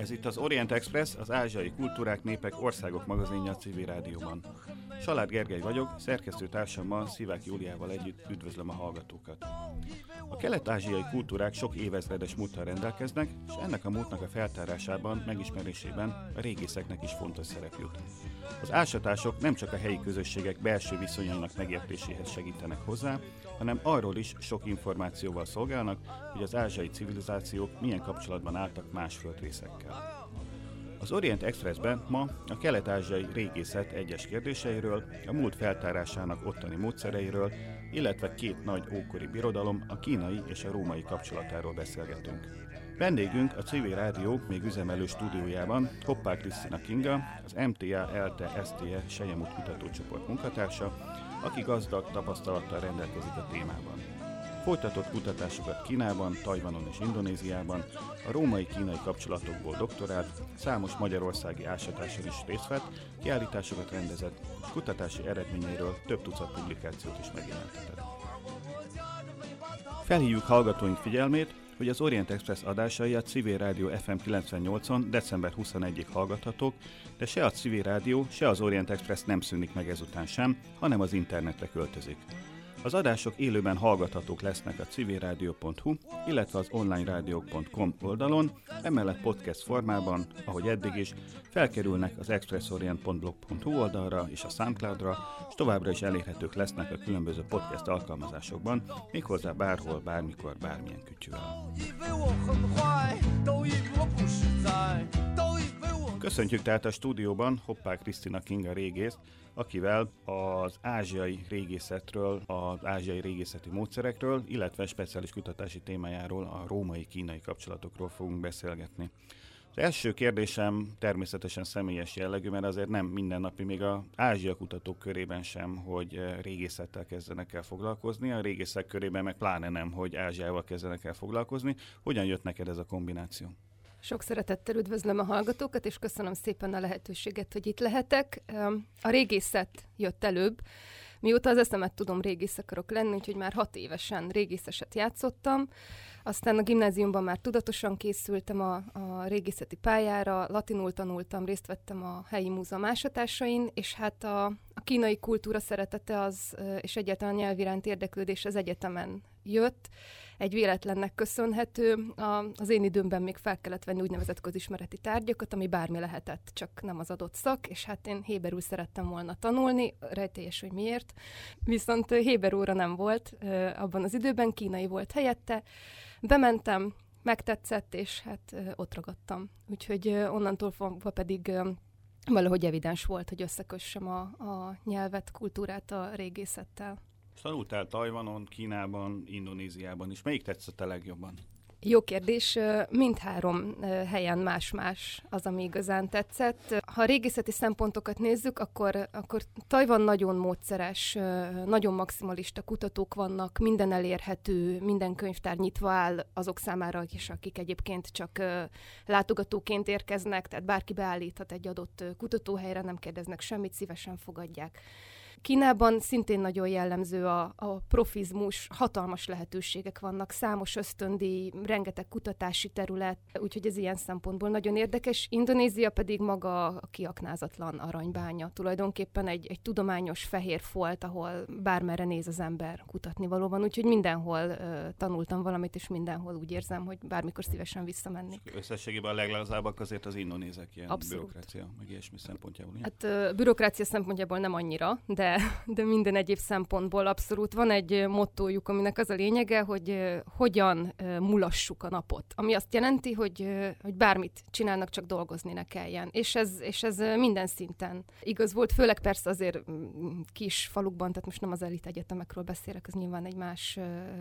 Ez itt az Orient Express, az ázsiai kultúrák, népek, országok magazinja a Civil Rádióban. Salád Gergely vagyok, szerkesztőtársammal, Szivák Júliával együtt üdvözlöm a hallgatókat. A kelet-ázsiai kultúrák sok évezredes múlttal rendelkeznek, és ennek a múltnak a feltárásában, megismerésében a régészeknek is fontos szerep jut. Az ásatások nem csak a helyi közösségek belső viszonyainak megértéséhez segítenek hozzá, hanem arról is sok információval szolgálnak, hogy az ázsiai civilizációk milyen kapcsolatban álltak más földrészekkel. Az Orient Expressben ma a kelet-ázsiai régészet egyes kérdéseiről, a múlt feltárásának ottani módszereiről, illetve két nagy ókori birodalom, a kínai és a római kapcsolatáról beszélgetünk. Vendégünk a Civil Rádió még üzemelő stúdiójában Hoppá Krisztina Kinga, az MTA ELTE STE Selyemút kutatócsoport munkatársa, aki gazdag tapasztalattal rendelkezik a témában. Folytatott kutatásokat Kínában, Tajvanon és Indonéziában, a római-kínai kapcsolatokból doktorált, számos magyarországi ásatáson is részt vett, kiállításokat rendezett, és kutatási eredményeiről több tucat publikációt is megjelentetett. Felhívjuk hallgatóink figyelmét, hogy az Orient Express adásai a Civil Rádió FM 98-on december 21-ig hallgathatók, de se a Civil Rádió, se az Orient Express nem szűnik meg ezután sem, hanem az internetre költözik. Az adások élőben hallgathatók lesznek a civilradio.hu, illetve az onlinerádiók.com oldalon, emellett podcast formában, ahogy eddig is, felkerülnek az expressorient.blog.hu oldalra és a SoundCloudra, és továbbra is elérhetők lesznek a különböző podcast alkalmazásokban, méghozzá bárhol, bármikor, bármilyen kütyűvel. Köszöntjük tehát a stúdióban Hoppá Krisztina Kinga régészt, akivel az ázsiai régészetről, az ázsiai régészeti módszerekről, illetve speciális kutatási témájáról, a római-kínai kapcsolatokról fogunk beszélgetni. Az első kérdésem természetesen személyes jellegű, mert azért nem mindennapi, még az Ázsia kutatók körében sem, hogy régészettel kezdenek el foglalkozni, a régészek körében meg pláne nem, hogy Ázsiával kezdenek el foglalkozni. Hogyan jött neked ez a kombináció? Sok szeretettel üdvözlöm a hallgatókat, és köszönöm szépen a lehetőséget, hogy itt lehetek. A régészet jött előbb. Mióta az eszemet tudom, régész akarok lenni, úgyhogy már 6 évesen régészeset játszottam. Aztán a gimnáziumban már tudatosan készültem a régészeti pályára, latinul tanultam, részt vettem a helyi múzeum ásatásain, és hát a kínai kultúra szeretete az, és egyáltalán nyelv iránt érdeklődés az egyetemen jött. Egy véletlennek köszönhető. Az én időmben még fel kellett venni úgynevezett közismereti tárgyakat, ami bármi lehetett, csak nem az adott szak, és hát én héberül szerettem volna tanulni, rejtélyes, hogy miért. Viszont héberúra nem volt abban az időben, kínai volt helyette. Bementem, megtetszett, és hát ott ragadtam. Úgyhogy onnantól fogva pedig valahogy evidens volt, hogy összekössem a nyelvet, kultúrát a régészettel. Tanultál Tajvanon, Kínában, Indonéziában is. Melyik tetszett a legjobban? Jó kérdés. Mindhárom helyen más-más az, ami igazán tetszett. Ha a régészeti szempontokat nézzük, akkor Tajvan nagyon módszeres, nagyon maximalista kutatók vannak, minden elérhető, minden könyvtár nyitva áll azok számára is, akik egyébként csak látogatóként érkeznek, tehát bárki beállíthat egy adott kutatóhelyre, nem kérdeznek semmit, szívesen fogadják. Kínában szintén nagyon jellemző a profizmus, hatalmas lehetőségek vannak, számos ösztöndíj, rengeteg kutatási terület, úgyhogy ez ilyen szempontból nagyon érdekes. Indonézia pedig maga a kiaknázatlan aranybánya. Tulajdonképpen egy tudományos fehér folt, ahol bármerre néz az ember kutatni valóban, úgyhogy mindenhol tanultam valamit, és mindenhol úgy érzem, hogy bármikor szívesen visszamennék. Összességében a leglazábbak azért az indonézek ilyen abszolút. Bürokrácia, meg ilyesmi szempontjából. Hát bürokrácia szempontjából nem annyira, de minden egyéb szempontból abszolút. Van egy mottójuk, aminek az a lényege, hogy hogyan mulassuk a napot. Ami azt jelenti, hogy bármit csinálnak, csak dolgozni ne kelljen. És ez minden szinten igaz volt, főleg persze azért kis falukban, tehát most nem az elit egyetemekről beszélek, az nyilván egy más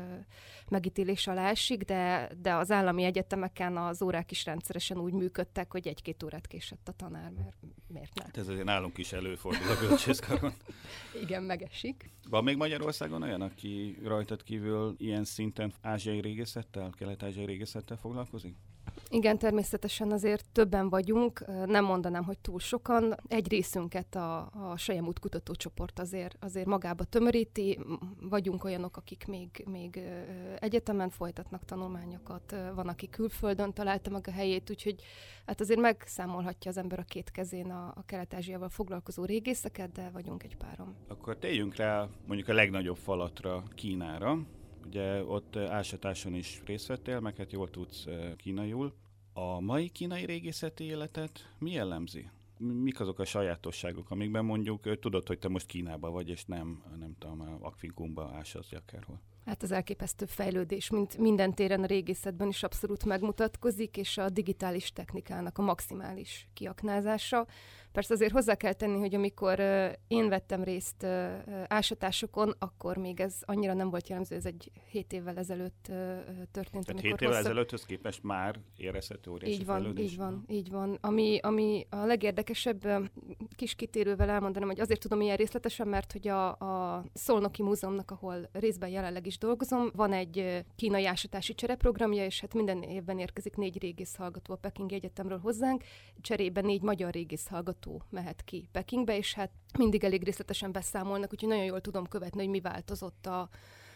megítélés alá esik, de az állami egyetemeken az órák is rendszeresen úgy működtek, hogy 1-2 órát késett a tanár, mert miért ne? Hát ez azért nálunk is előfordul a bölcsészkaron. Igen, megesik. Van még Magyarországon olyan, aki rajtad kívül ilyen szinten ázsiai régészettel, kelet-ázsiai régészettel foglalkozik? Igen, természetesen azért többen vagyunk, nem mondanám, hogy túl sokan. Egy részünket a Selyemút kutatócsoport azért magába tömöríti. Vagyunk olyanok, akik még egyetemen folytatnak tanulmányokat, van, aki külföldön találta meg a helyét, úgyhogy hát azért megszámolhatja az ember a két kezén a Kelet-Ázsiával foglalkozó régészeket, de vagyunk egy páron. Akkor térjünk rá mondjuk a legnagyobb falatra, Kínára. Ugye ott ásatáson is részt vettél, meg hát jól tudsz kínaiul. A mai kínai régészeti életet mi jellemzi? Mik azok a sajátosságok, amikben mondjuk tudod, hogy te most Kínában vagy, és nem tudom, Akvinkumba ásasz akárhol? Hát az elképesztő fejlődés, mint minden téren a régészetben is abszolút megmutatkozik, és a digitális technikának a maximális kiaknázása. Persze azért hozzá kell tenni, hogy amikor én vettem részt ásatásokon, akkor még ez annyira nem volt jellemző, ez egy 7 évvel ezelőtt történt. Tehát 7 évvel ezelőtthöz képest már érezhető óriási fejlődés? Így van. Ami a legérdekesebb, kis kitérővel elmondanám, hogy azért tudom ilyen részletesen, mert hogy a Szolnoki Múzeumnak, ahol részben jelenleg is dolgozom, van egy kínai ásatási csereprogramja, és hát minden évben érkezik 4 régészhallgató a Pekingi Egyetemről hozzánk, cserében 4 magyar régészhallgató mehet ki Pekingbe, és hát mindig elég részletesen beszámolnak, úgyhogy nagyon jól tudom követni, hogy mi változott a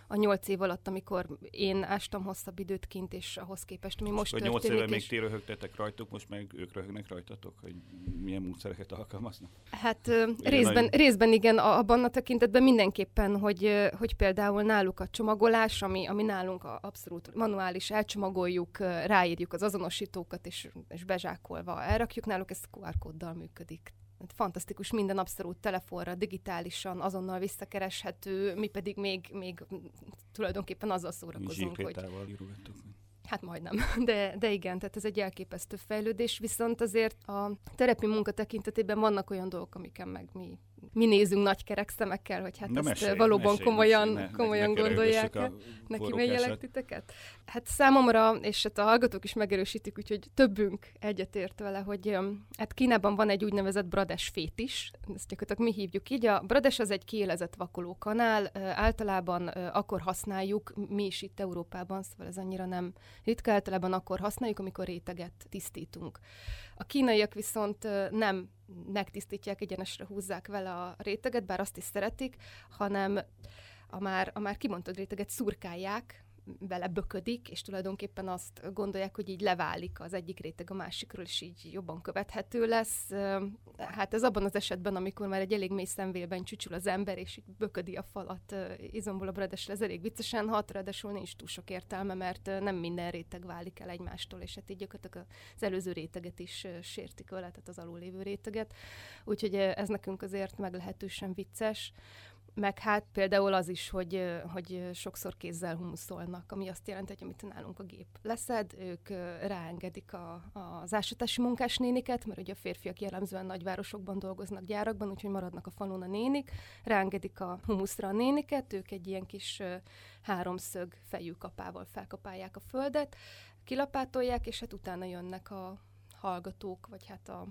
8 év alatt, amikor én ástam hosszabb időt kint, és ahhoz képest mi most történik. 8 éve még ti röhögtetek rajtuk, most meg ők röhögnek rajtatok, hogy milyen módszereket alkalmaznak? Hát részben igen, abban a tekintetben mindenképpen, hogy például náluk a csomagolás, ami nálunk abszolút manuális, elcsomagoljuk, ráírjuk az azonosítókat, és bezsákolva elrakjuk, náluk ez QR kóddal működik. Fantasztikus, minden abszolút telefonra, digitálisan, azonnal visszakereshető, mi pedig még tulajdonképpen azzal szórakozunk, hogy... írogattuk. Hát majdnem, de igen, tehát ez egy elképesztő fejlődés, viszont azért a terepi munka tekintetében vannak olyan dolgok, amiken meg mi nézünk nagy kerek szemekkel, hogy hát ezt valóban komolyan gondolják. Neki méljelek titeket? Hát számomra, és hát a hallgatók is megerősítik, úgyhogy többünk egyetért vele, hogy hát Kínában van egy úgynevezett brades fétis, ezt gyakorlatilag mi hívjuk így. A brades az egy kiélezett vakolókanál, általában akkor használjuk, mi is itt Európában, szóval ez annyira nem ritka, általában akkor használjuk, amikor réteget tisztítunk. A kínaiak viszont nem megtisztítják, egyenesre húzzák vele a réteget, bár azt is szeretik, hanem a már kimondott réteget szurkálják, vele böködik, és tulajdonképpen azt gondolják, hogy így leválik az egyik réteg a másikról, és így jobban követhető lesz. Hát ez abban az esetben, amikor már egy elég mély szemvélben csücsül az ember, és így böködi a falat izomból a bradesre, ez elég viccesen hat, ráadásul nincs túl sok értelme, mert nem minden réteg válik el egymástól, és hát így gyakorlatilag az előző réteget is sértik vele, tehát az alul lévő réteget. Úgyhogy ez nekünk azért meglehetősen vicces. Meg hát például az is, hogy sokszor kézzel humuszolnak, ami azt jelenti, hogy amit nálunk a gép leszed, ők ráengedik az ásatási munkásnéniket, mert ugye a férfiak jellemzően nagyvárosokban dolgoznak, gyárakban, úgyhogy maradnak a falun a nénik, ráengedik a humuszra a néniket, ők egy ilyen kis háromszög fejű kapával felkapálják a földet, kilapátolják, és hát utána jönnek a hallgatók, vagy hát a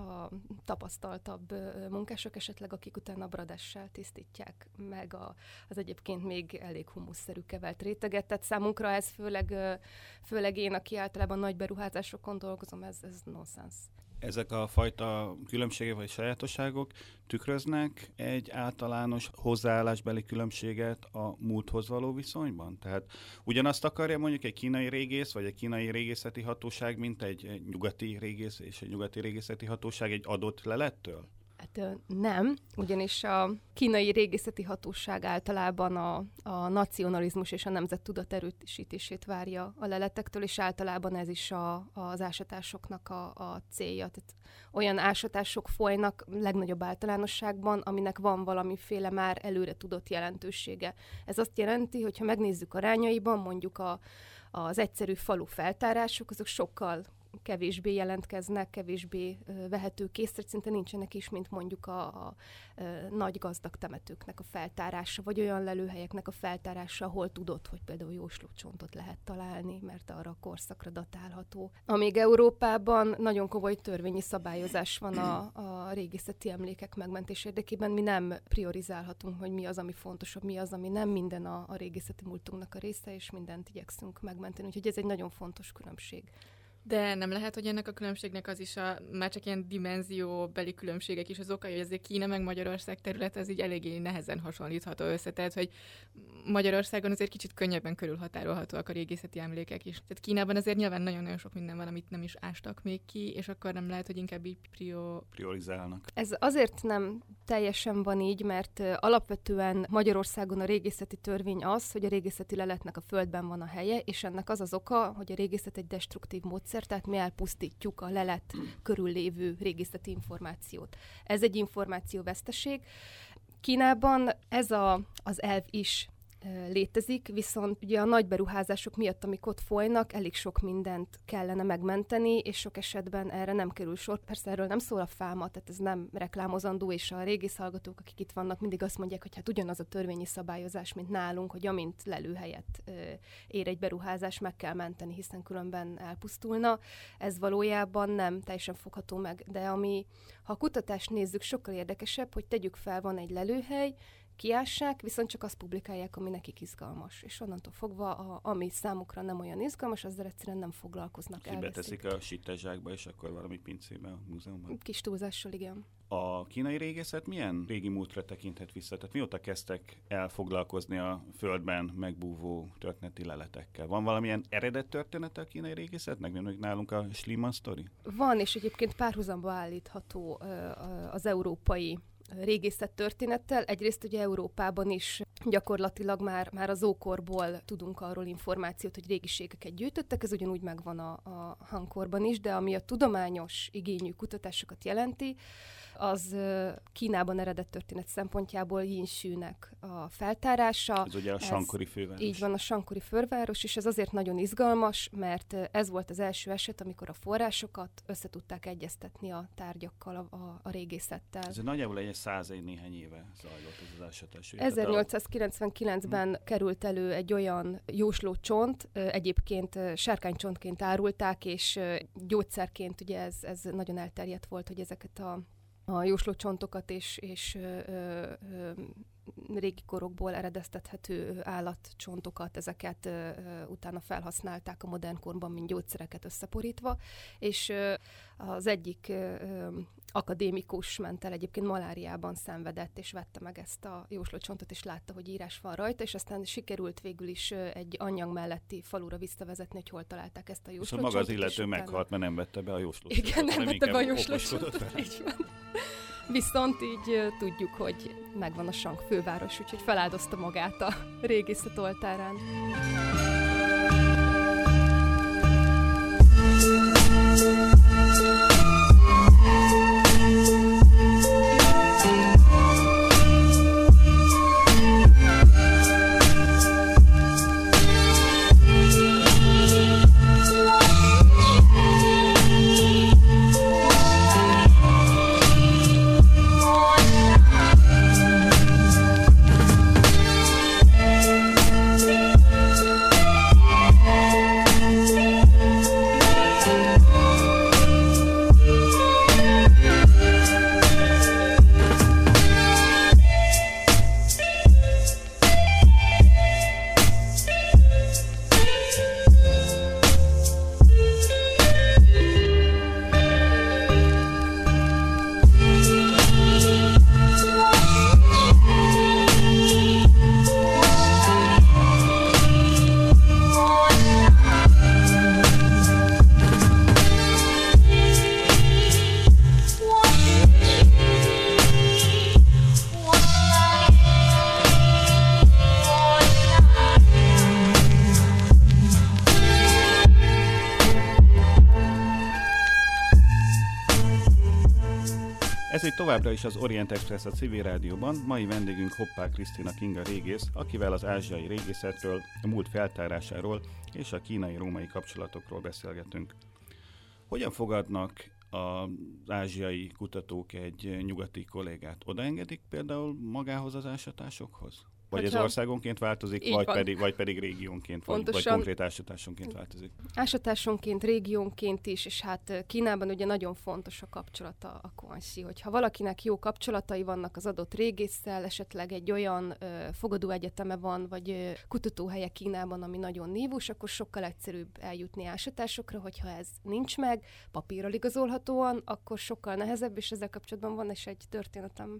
tapasztaltabb munkások esetleg, akik utána a bradessel tisztítják meg az egyébként még elég humuszszerű kevelt réteget. Tehát számunkra ez főleg én, aki általában nagy beruházásokon dolgozom, ez nonsens. Ezek a fajta különbségek vagy sajátosságok tükröznek egy általános hozzáállásbeli különbséget a múlthoz való viszonyban? Tehát ugyanazt akarja mondjuk egy kínai régész, vagy egy kínai régészeti hatóság, mint egy nyugati régész és egy nyugati régészeti hatóság egy adott lelettől? Hát nem, ugyanis a kínai régészeti hatóság általában a nacionalizmus és a nemzettudat erősítését várja a leletektől, és általában ez is az ásatásoknak a célja. Tehát olyan ásatások folynak legnagyobb általánosságban, aminek van valamiféle már előre tudott jelentősége. Ez azt jelenti, hogy ha megnézzük arányaiban, mondjuk az egyszerű falu feltárások, azok sokkal kevésbé jelentkeznek, kevésbé vehetők észre, szinte nincsenek is, mint mondjuk a nagy gazdag temetőknek a feltárása, vagy olyan lelőhelyeknek a feltárása, ahol tudod, hogy például jóslócsontot lehet találni, mert arra a korszakra datálható. Amíg Európában nagyon komoly törvényi szabályozás van a régészeti emlékek megmentés érdekében, mi nem priorizálhatunk, hogy mi az, ami fontosabb, mi az, ami nem, minden a régészeti múltunknak a része, és mindent igyekszünk megmenteni, úgyhogy ez egy nagyon fontos különbség. De nem lehet, hogy ennek a különbségnek az is már csak ilyen dimenzióbeli különbségek is az oka, hogy azért Kína meg Magyarország terület az így eléggé nehezen hasonlítható össze. Tehát, hogy Magyarországon azért kicsit könnyebben körülhatárolhatóak a régészeti emlékek is. Tehát Kínában azért nyilván nagyon-nagyon sok minden van, amit nem is ástak még ki, és akkor nem lehet, hogy inkább így priorizálnak. Ez azért nem teljesen van így, mert alapvetően Magyarországon a régészeti törvény az, hogy a régészeti leletnek a földben van a helye, és ennek az az oka, hogy a régészet egy destruktív módszer, tehát mi elpusztítjuk a lelet körül lévő régészeti információt. Ez egy információveszteség. Kínában ez az elv is létezik, viszont ugye a nagy beruházások miatt, amik ott folynak, elég sok mindent kellene megmenteni, és sok esetben erre nem kerül sor. Persze erről nem szól a fáma, tehát ez nem reklámozandó, és a régész hallgatók, akik itt vannak, mindig azt mondják, hogy hát ugyanaz a törvényi szabályozás, mint nálunk, hogy amint lelőhelyet ér egy beruházás, meg kell menteni, hiszen különben elpusztulna. Ez valójában nem teljesen fogható meg, de ha a kutatást nézzük, sokkal érdekesebb, hogy tegyük fel, van egy lelőhely, kiássák, viszont csak azt publikálják, ami nekik izgalmas. És onnantól fogva, ami számukra nem olyan izgalmas, azzal egyszerűen nem foglalkoznak. Kibeteszik a sittezsákba, és akkor valami pincébe a múzeumban. Kis túlzással, igen. A kínai régészet milyen régi múltra tekinthet vissza? Tehát mióta kezdtek el foglalkozni a földben megbúvó történeti leletekkel? Van valamilyen eredet története a kínai régészetnek? Nem nálunk a Schliemann sztori? Van, és egyébként párhuzamba állítható az európai régészet történettel. Egyrészt ugye Európában is gyakorlatilag már az ókorból tudunk arról információt, hogy régiségeket gyűjtöttek, ez ugyanúgy megvan a Han-korban is, de ami a tudományos igényű kutatásokat jelenti, az Kínában eredett történet szempontjából Jinsűnek a feltárása. Ez ugye a sankori főváros. Így van, a sankori főváros, és ez azért nagyon izgalmas, mert ez volt az első eset, amikor a forrásokat összetudták egyeztetni a tárgyakkal, a régészettel. Ez nagyjából egy 100 néhány éve zajlott ez az esetes. 1899-ben került elő egy olyan jóslócsont, egyébként sárkánycsontként árulták, és gyógyszerként ugye ez nagyon elterjedt volt, hogy ezeket a jóslócsontokat és régi korokból eredeztethető állatcsontokat, ezeket utána felhasználták a modern korban, mint gyógyszereket összeporítva, és az egyik akadémikus ment el, egyébként maláriában szenvedett, és vette meg ezt a jóslócsontot, és látta, hogy írás van rajta, és aztán sikerült végül is egy anyag melletti falura visszavezetni, hogy hol találták ezt a jóslócsontot. Szóval maga az illető meghalt, mert nem vette be a jóslócsontot. Igen, nem vette be a jóslócsontot. Viszont így tudjuk, hogy megvan a Sank főváros, úgyhogy feláldozta magát a régészet oltárán. Továbbra is az Orient Express a Civil Rádióban, mai vendégünk Hoppá Krisztina Kinga régész, akivel az ázsiai régészetről, a múlt feltárásáról és a kínai-római kapcsolatokról beszélgetünk. Hogyan fogadnak az ázsiai kutatók egy nyugati kollégát? Odaengedik például magához az ásatásokhoz? Vagy ez országonként változik, vagy pedig régiónként, vagy konkrét ásatásonként változik? Ásatásonként, régiónként is, és hát Kínában ugye nagyon fontos a kapcsolata a guanxi, hogyha valakinek jó kapcsolatai vannak az adott régésszel, esetleg egy olyan fogadóegyeteme van, vagy kutatóhelye Kínában, ami nagyon nívós, akkor sokkal egyszerűbb eljutni ásatásokra, hogyha ez nincs meg, papírral igazolhatóan, akkor sokkal nehezebb, és ezzel kapcsolatban van is egy történetem.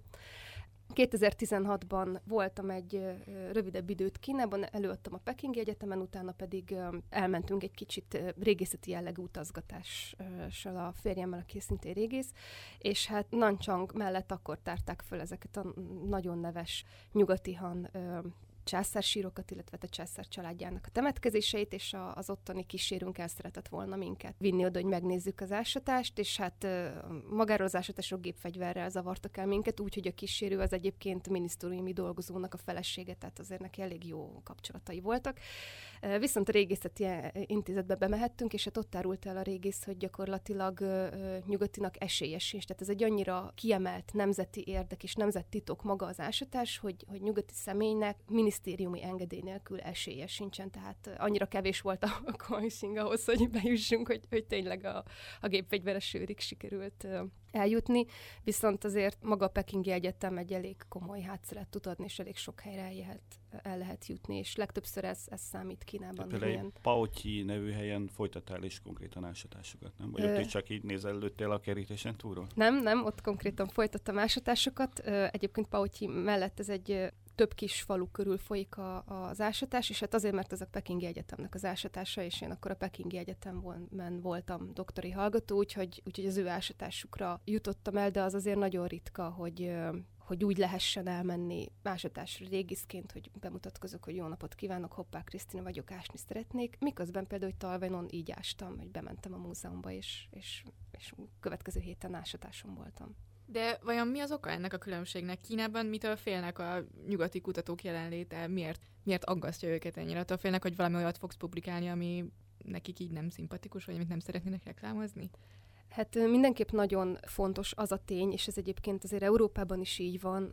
2016-ban voltam egy rövidebb időt Kínában, előadtam a Pekingi Egyetemen, utána pedig elmentünk egy kicsit régészeti jellegű utazgatással a férjemmel, aki szintén régész, és hát Nanchang mellett akkor tárták föl ezeket a nagyon neves nyugati Han császársírokat, illetve a császár családjának a temetkezéseit, és az ottani kísérünk el szeretett volna minket vinni oda, hogy megnézzük az ásatást, és hát magáról az ásatásról gépfegyverrel zavartak el minket, úgyhogy a kísérő az egyébként minisztériumi dolgozónak a felesége, tehát azért neki elég jó kapcsolatai voltak. Viszont a régészeti intézetbe bemehettünk, és hát ott árult el a régész, hogy gyakorlatilag nyugatinak esélyes is. Tehát ez egy annyira kiemelt nemzeti érdek és nemzettitok maga az ásatás, hogy nyugati személynek minisztériumi engedély nélkül esélye sincsen, tehát annyira kevés volt a guanxi ahhoz, hogy bejussunk, hogy tényleg a gépfegyveres őrig sikerült eljutni, viszont azért maga a Pekingi Egyetem egy elég komoly hátszeret tud adni, és elég sok helyre el lehet jutni, és legtöbbször ez számít Kínában. Például Paochi nevű helyen folytattál is konkrétan ásatásokat, nem? Vagy ott is csak így nézelődtél a kerítésen túlról? Nem, ott konkrétan folytattam ásatásokat. Egyébként Paochi mellett ez egy több kis falu körül folyik az ásatás, és hát azért, mert ez a Pekingi Egyetemnek az ásatása, és én akkor a Pekingi Egyetemben voltam doktori hallgató, úgyhogy az ő ásatásukra jutottam el, de az azért nagyon ritka, hogy úgy lehessen elmenni ásatásra régészként, hogy bemutatkozok, hogy jó napot kívánok, hoppá, Krisztina vagyok, ásni szeretnék. Miközben például, hogy Talvajnon így ástam, hogy bementem a múzeumba, és következő héten ásatáson voltam. De vajon mi az oka ennek a különbségnek? Kínában mitől félnek a nyugati kutatók jelenléte? Miért aggasztja őket ennyire? Attól félnek, hogy valami olyat fogsz publikálni, ami nekik így nem szimpatikus, vagy amit nem szeretnének reklámozni? Hát mindenképp nagyon fontos az a tény, és ez egyébként azért Európában is így van,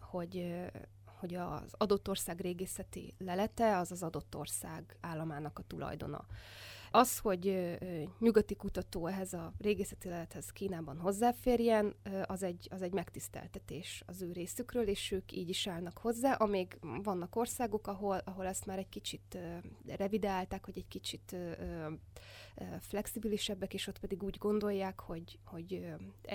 hogy az adott ország régészeti lelete az az adott ország államának a tulajdona. Az, hogy nyugati kutató ehhez a régészeti lelethez Kínában hozzáférjen, az egy megtiszteltetés az ő részükről, és ők így is állnak hozzá, amíg vannak országok, ahol ezt már egy kicsit revidálták, hogy egy kicsit flexibilisebbek, és ott pedig úgy gondolják, hogy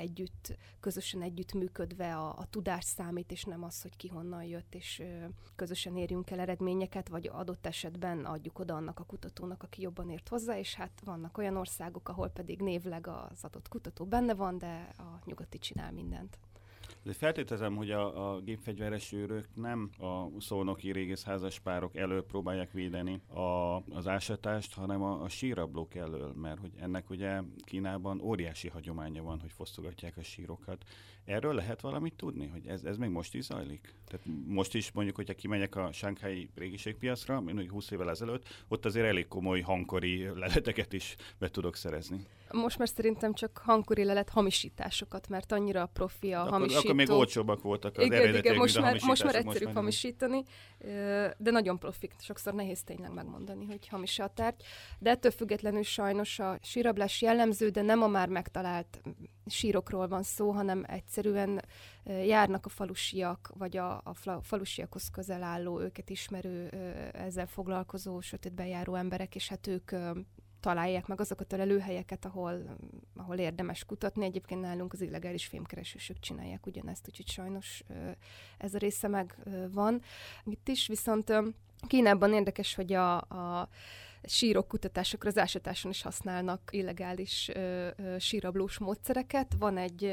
közösen együtt működve a tudás számít, és nem az, hogy ki honnan jött, és közösen érjünk el eredményeket, vagy adott esetben adjuk oda annak a kutatónak, aki jobban ért hozzá, és hát vannak olyan országok, ahol pedig névleg az adott kutató benne van, de a nyugati csinál mindent. De feltételezem, hogy a gépfegyveres őrök nem a szolnoki régészházas párok elől próbálják védeni az ásatást, hanem a sírablók elől, mert hogy ennek ugye Kínában óriási hagyománya van, hogy fosztogatják a sírokat. Erről lehet valamit tudni, hogy ez még most is zajlik? Tehát most is mondjuk, hogyha kimegyek a sánghái régiségpiacra, mint 20 évvel ezelőtt, ott azért elég komoly hankori leleteket is be tudok szerezni. Most már szerintem csak hankori lelet hamisításokat, mert annyira profi a hamisító. Akkor még olcsóbbak voltak az igen, eredetiek, most már egyszerűbb hamisítani, de nagyon profik. Sokszor nehéz tényleg megmondani, hogy hamis a tárgy. De ettől függetlenül sajnos a sírablás jellemző, de nem a már megtalált sírokról van szó, hanem egyszerűen járnak a falusiak, vagy a falusiakhoz közel álló, őket ismerő, ezzel foglalkozó, sötétben járó emberek, és hát ők találják meg azokat a lelőhelyeket, ahol érdemes kutatni. Egyébként nálunk az illegális fémkeresősök csinálják ugyanezt, úgyhogy sajnos ez a része meg van itt is. Viszont Kínában érdekes, hogy a sírok kutatásokra az ásatáson is használnak illegális sírablós módszereket. Van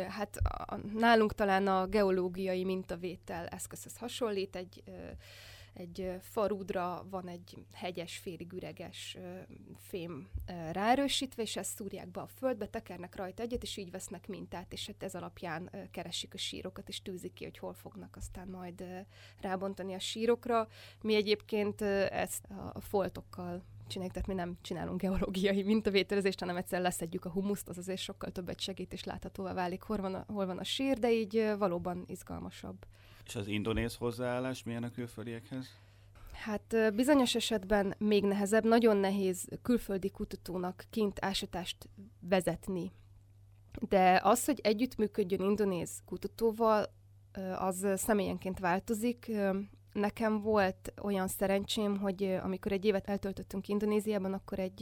nálunk talán a geológiai mintavétel eszközhöz hasonlít, egy farúdra van egy hegyes, félig üreges fém ráerősítve, és ezt szúrják be a földbe, tekernek rajta egyet, és így vesznek mintát, és hát ez alapján keresik a sírokat, és tűzik ki, hogy hol fognak aztán majd rábontani a sírokra. Mi egyébként ezt a foltokkal csináljuk, tehát mi nem csinálunk geológiai mintavételezést, hanem egyszer leszedjük a humuszt, az azért sokkal többet segít, és láthatóvá válik, hol van a sír, de így valóban izgalmasabb. És az indonéz hozzáállás milyen a külföldiekhez? Hát bizonyos esetben még nehezebb, nagyon nehéz külföldi kutatónak kint ásatást vezetni. De az, hogy együttműködjön indonéz kutatóval, az személyenként változik. Nekem volt olyan szerencsém, hogy amikor egy évet eltöltöttünk Indonéziában,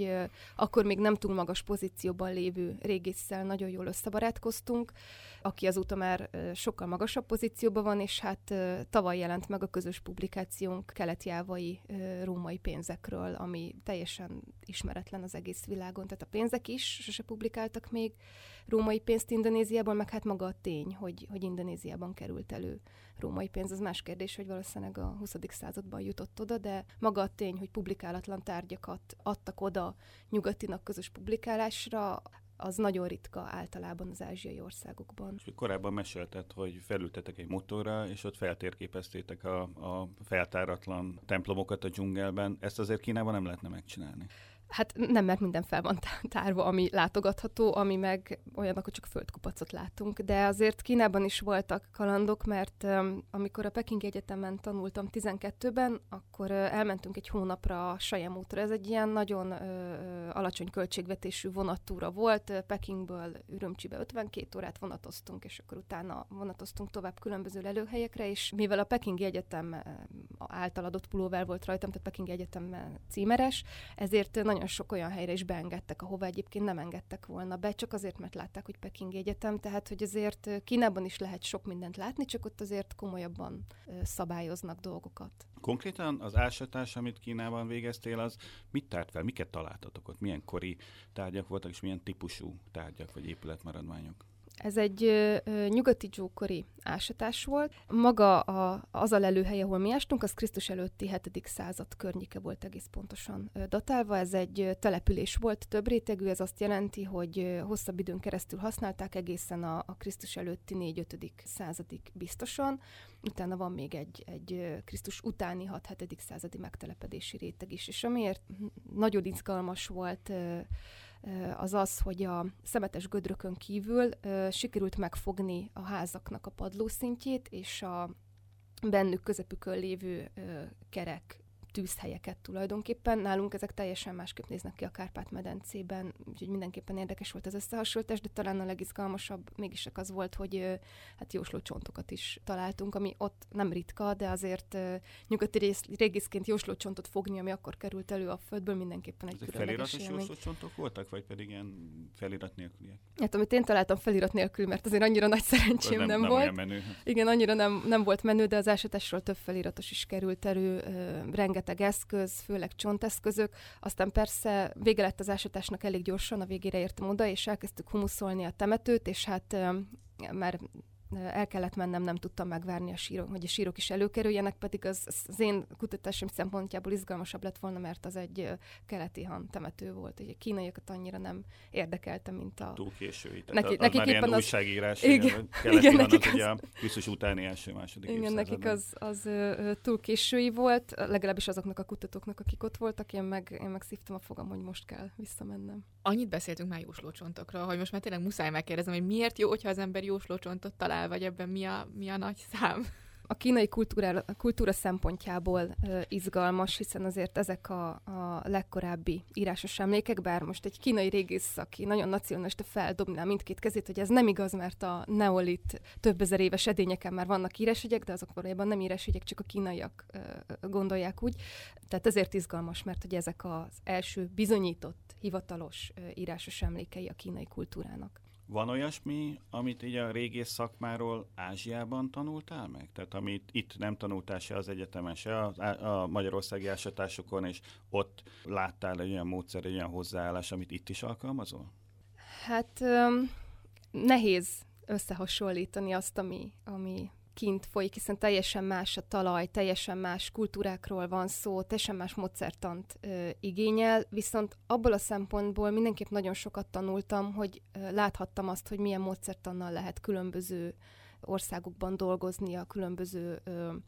akkor még nem túl magas pozícióban lévő régésszel nagyon jól összebarátkoztunk, aki azóta már sokkal magasabb pozícióban van, és hát tavaly jelent meg a közös publikációnk kelet-jávai római pénzekről, ami teljesen ismeretlen az egész világon. Tehát a pénzek is sose publikáltak még római pénzt Indonéziában, meg hát maga a tény, hogy Indonéziában került elő római pénz. Az más kérdés, hogy valószínűleg a 20. században jutott oda, de maga a tény, hogy publikálatlan tárgyakat adtak oda nyugatinak közös publikálásra, az nagyon ritka általában az ázsiai országokban. És korábban mesélted, hogy felültetek egy motorra, és ott feltérképeztétek a feltáratlan templomokat a dzsungelben. Ezt azért Kínában nem lehetne megcsinálni. Hát nem, mert minden fel van tárva, ami látogatható, ami meg olyan, akkor csak földkupacot látunk. De azért Kínában is voltak kalandok, mert amikor a Pekingi Egyetemen tanultam 12-ben, akkor elmentünk egy hónapra a Siam útra. Ez egy ilyen nagyon alacsony költségvetésű vonattúra volt. Pekingből Ürümcsibe 52 órát vonatoztunk, és akkor utána vonatoztunk tovább különböző lelőhelyekre, és mivel a Pekingi Egyetem által adott pulóver volt rajtam, tehát Pekingi Egyetem címeres, ezért nagyon sok olyan helyre is beengedtek, ahová egyébként nem engedtek volna be, csak azért, mert látták, hogy Pekingi Egyetem, tehát hogy azért Kínában is lehet sok mindent látni, csak ott azért komolyabban szabályoznak dolgokat. Konkrétan az ásatás, amit Kínában végeztél, az mit tárt fel? Miket találtatok ott? Milyen kori tárgyak voltak, és milyen típusú tárgyak vagy épületmaradványok? Ez egy nyugati dzsókori ásatás volt. Maga az a lelőhely, ahol mi ástunk, az Krisztus előtti 7. század környéke volt egész pontosan datálva. Ez egy település volt, több rétegű, ez azt jelenti, hogy hosszabb időn keresztül használták egészen a Krisztus előtti 4-5. századig biztosan. Utána van még egy Krisztus utáni 6-7. századi megtelepedési réteg is. És amiért nagyon izgalmas volt az az, hogy a szemetes gödrökön kívül sikerült megfogni a házaknak a padlószintjét, és a bennük közepükön lévő kerek tűzhelyeket tulajdonképpen. Nálunk ezek teljesen másképp néznek ki a Kárpát-medencében, úgyhogy mindenképpen érdekes volt az összehasonlítás, de talán a legizgalmasabb mégis az volt, hogy hát jóslócsontokat is találtunk, ami ott nem ritka, de azért nyugati régészként jóslócsontot fogni, ami akkor került elő a földből, mindenképpen egy különleges élmény. Feliratos jóslócsontok voltak, vagy pedig ilyen felirat nélküliek? Hát amit én találtam felirat nélkül, mert azért annyira nagy szerencsém nem volt. Olyan menő. Igen, annyira nem volt menő, de az ásatásról több feliratos is került elő, rengeteg eszköz, főleg csonteszközök. Aztán persze vége lett az ásatásnak elég gyorsan, a végére értem oda, és elkezdtük humuszolni a temetőt, és hát már el kellett mennem, nem tudtam megvárni hogy a sírok is előkerüljenek, pedig az én kutatásom szempontjából izgalmasabb lett volna, mert az egy keleti han temető volt. Egy kínaiakat annyira nem érdekelte, mint a... Túl késői. Nekik már ilyen újságírás, igen, keleti han az ugye a Krisztus utáni első-második évszázadban. Igen, nekik az túl késői volt, legalábbis azoknak a kutatóknak, akik ott voltak, én meg szívtam a fogam, hogy most kell visszamennem. Annyit beszéltünk már jóslócsontokról, hogy most már tényleg muszáj megkérdezem, hogy miért jó, hogyha az ember jóslócsontot talál, vagy ebben mi a nagy szám? A kínai kultúra szempontjából izgalmas, hiszen azért ezek a legkorábbi írásos emlékek, bár most egy kínai régész, aki nagyon nacionalista feldobná mindkét kezét, hogy ez nem igaz, mert a neolit több ezer éves edényeken már vannak írásjegyek, de azok valójában nem írásjegyek, csak a kínaiak gondolják úgy. Tehát ezért izgalmas, mert hogy ezek az első bizonyított, hivatalos írásos emlékei a kínai kultúrának. Van olyasmi, amit így a régész szakmáról Ázsiában tanultál meg? Tehát amit itt nem tanultál se az egyetemen, se a magyarországi ásatásokon, és ott láttál egy olyan módszer, egy olyan hozzáállás, amit itt is alkalmazol? Hát nehéz összehasonlítani azt, ami kint folyik, hiszen teljesen más a talaj, teljesen más kultúrákról van szó, teljesen más módszertant igényel, viszont abból a szempontból mindenképp nagyon sokat tanultam, hogy láthattam azt, hogy milyen módszertannal lehet különböző országokban dolgozni, a különböző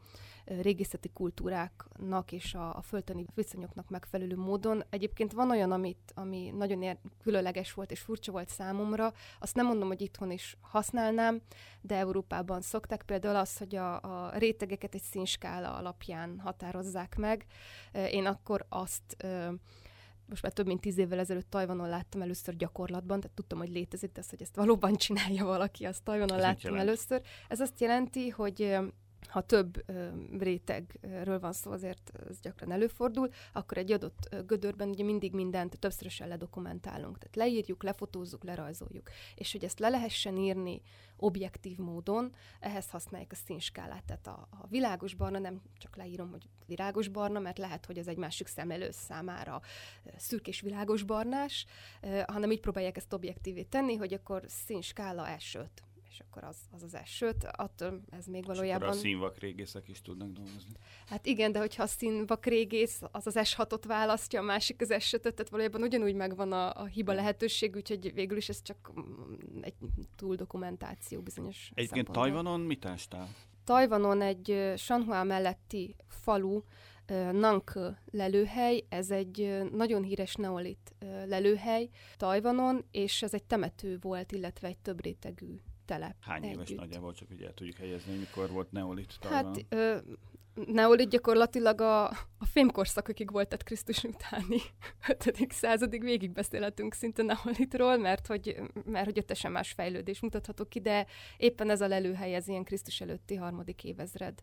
régészeti kultúráknak és a földtani viszonyoknak megfelelő módon. Egyébként van olyan, ami nagyon különleges volt és furcsa volt számomra. Azt nem mondom, hogy itthon is használnám, de Európában szokták például az, hogy a rétegeket egy színskála alapján határozzák meg. Én akkor azt most már több mint 10 évvel ezelőtt Tajvanon láttam először gyakorlatban, tehát tudtam, hogy létezik, de hogy ezt valóban csinálja valaki, azt Tajvanon láttam először. Ez azt jelenti, hogy ha több rétegről van szó, azért ez gyakran előfordul, akkor egy adott gödörben ugye mindig mindent többszörösen ledokumentálunk. Tehát leírjuk, lefotózzuk, lerajzoljuk. És hogy ezt le lehessen írni objektív módon, ehhez használják a színskálát. Tehát a világos barna, nem csak leírom, hogy világos barna, mert lehet, hogy az egy másik szemlélő számára szürkés világos barnás, hanem így próbálják ezt objektívé tenni, hogy akkor színskála S5. És akkor az S5, attól ez még valójában... És akkor a színvak régészek is tudnak dolgozni. Hát igen, de hogyha a színvak régész az S6-ot választja, a másik az S5-öt, tehát valójában ugyanúgy megvan a hiba lehetőség, úgyhogy végül is ez csak egy túldokumentáció bizonyos Egyébként Tajvanon mit ástál? Tajvanon egy Shanhua melletti falu, Nangke lelőhely, ez egy nagyon híres neolit lelőhely Tajvanon, és ez egy temető volt, illetve egy több rétegű telep. Hány éves nagyjából, csak hogy el tudjuk helyezni, mikor volt neolit Tajvan? Hát neolit gyakorlatilag a fémkorszakokig volt, tehát Krisztus utáni 5. századig végig beszélhetünk szinte neolitról, mert hogy teljesen más fejlődés mutatható ki, de éppen ez a lelőhely, ez ilyen Krisztus előtti 3. évezred,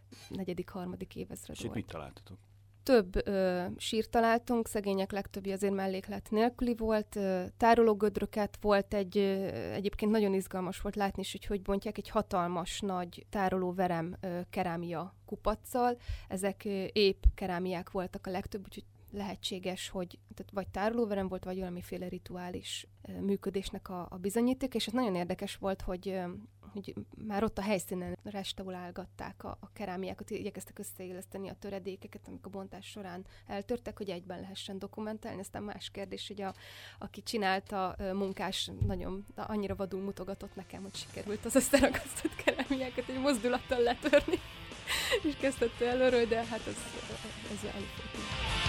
4.-3. évezred és volt. mit találtatok? Több sírt találtunk, szegények legtöbbje azért melléklet nélküli volt, tárológödröket volt, egyébként nagyon izgalmas volt látni is, hogy bontják egy hatalmas nagy tárolóverem kerámia kupaccal. Ezek ép kerámiák voltak a legtöbb, úgyhogy lehetséges, hogy tehát vagy tárolóverem volt, vagy valamiféle rituális működésnek a bizonyíték, és ez nagyon érdekes volt, hogy már ott a helyszínen restaurálgatták a kerámiákat, igyekeztek összeilleszteni a töredékeket, amik a bontás során eltörtek, hogy egyben lehessen dokumentálni. Aztán más kérdés, hogy aki csinálta, munkás nagyon annyira vadul mutogatott nekem, hogy sikerült az összeragasztott kerámiákat egy mozdulattal letörni, és kezdett előről, de hát ez előfordult.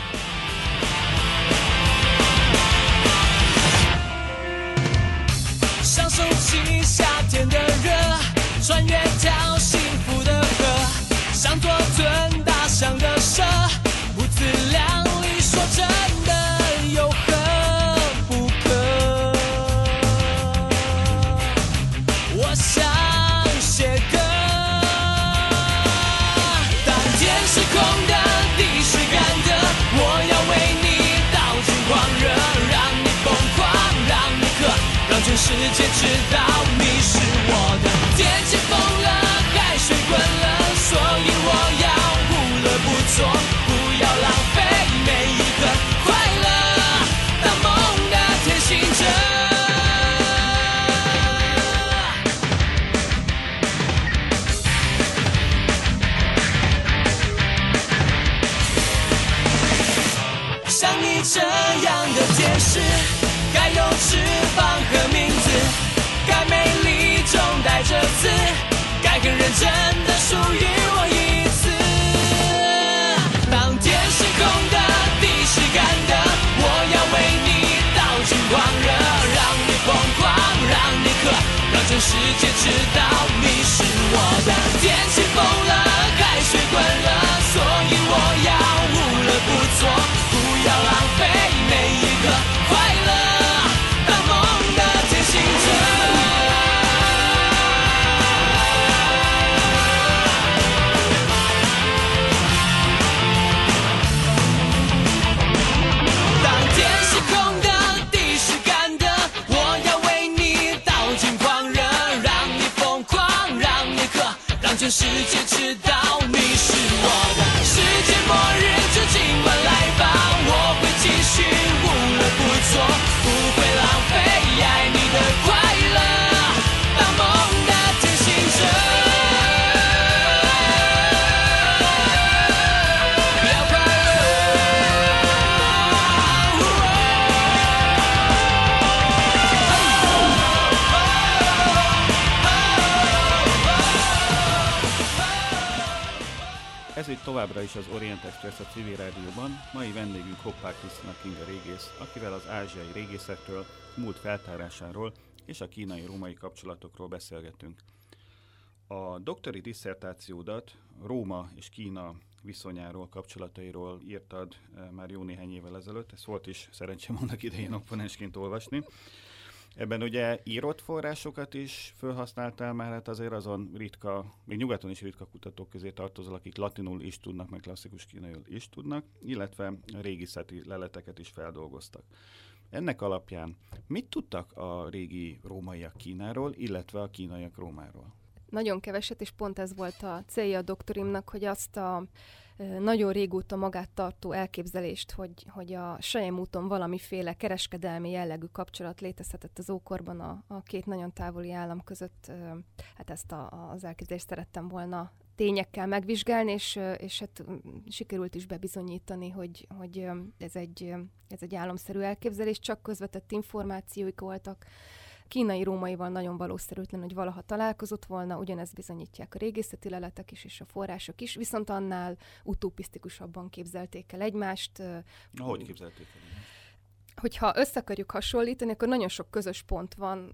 享受起夏天的热，穿越条幸福的河，像座吞大象的蛇，不自量力，说真的有何不可？我想写歌，当天是空的，地是干的，我要为你倒尽狂热，让你疯狂，让你渴。让全世界知道你是我的。天气疯了，海水滚了，所以我要不乐不作，不要浪费每一刻快乐，当梦的天行者。像你这样的天使，该有翅膀和名字，该美丽中带着刺，该很认真的属于我一次。当天是空的，地是干的，我要为你倒尽狂热，让你疯狂，让你渴，让全世界知道你是我的。天气疯了，海水滚了，所以我要无乐不作，不要浪费每一刻快乐。 továbbra is az Orient Express a civil rádióban, mai vendégünk Hoppák Krisztina Kinga régész, akivel az ázsiai régészetről, múlt feltárásáról és a kínai-római kapcsolatokról beszélgetünk. A doktori disszertációdat Róma és Kína viszonyáról, kapcsolatairól írtad már jó néhány évvel ezelőtt, ezt volt is szerencsém annak idején opponensként olvasni. Ebben ugye írott forrásokat is felhasználtál már, hát azért azon ritka, még nyugaton is ritka kutatók közé tartozol, akik latinul is tudnak, meg klasszikus kínaiul is tudnak, illetve régészeti leleteket is feldolgoztak. Ennek alapján mit tudtak a régi rómaiak Kínáról, illetve a kínaiak Rómáról? Nagyon keveset, és pont ez volt a célja a doktorimnak, hogy azt a nagyon régóta magát tartó elképzelést, hogy a Sejem úton valamiféle kereskedelmi jellegű kapcsolat létezhetett az ókorban a két nagyon távoli állam között, hát ezt az elképzelést szerettem volna tényekkel megvizsgálni, és hát sikerült is bebizonyítani, hogy ez egy álomszerű elképzelés, csak közvetett információik voltak. Kínai-rómaival nagyon valószerűtlen, hogy valaha találkozott volna, ugyanezt bizonyítják a régészeti leletek is, és a források is, viszont annál utopisztikusabban képzelték el egymást. Hogy képzelték el egymást? Hogyha össze akarjuk hasonlítani, akkor nagyon sok közös pont van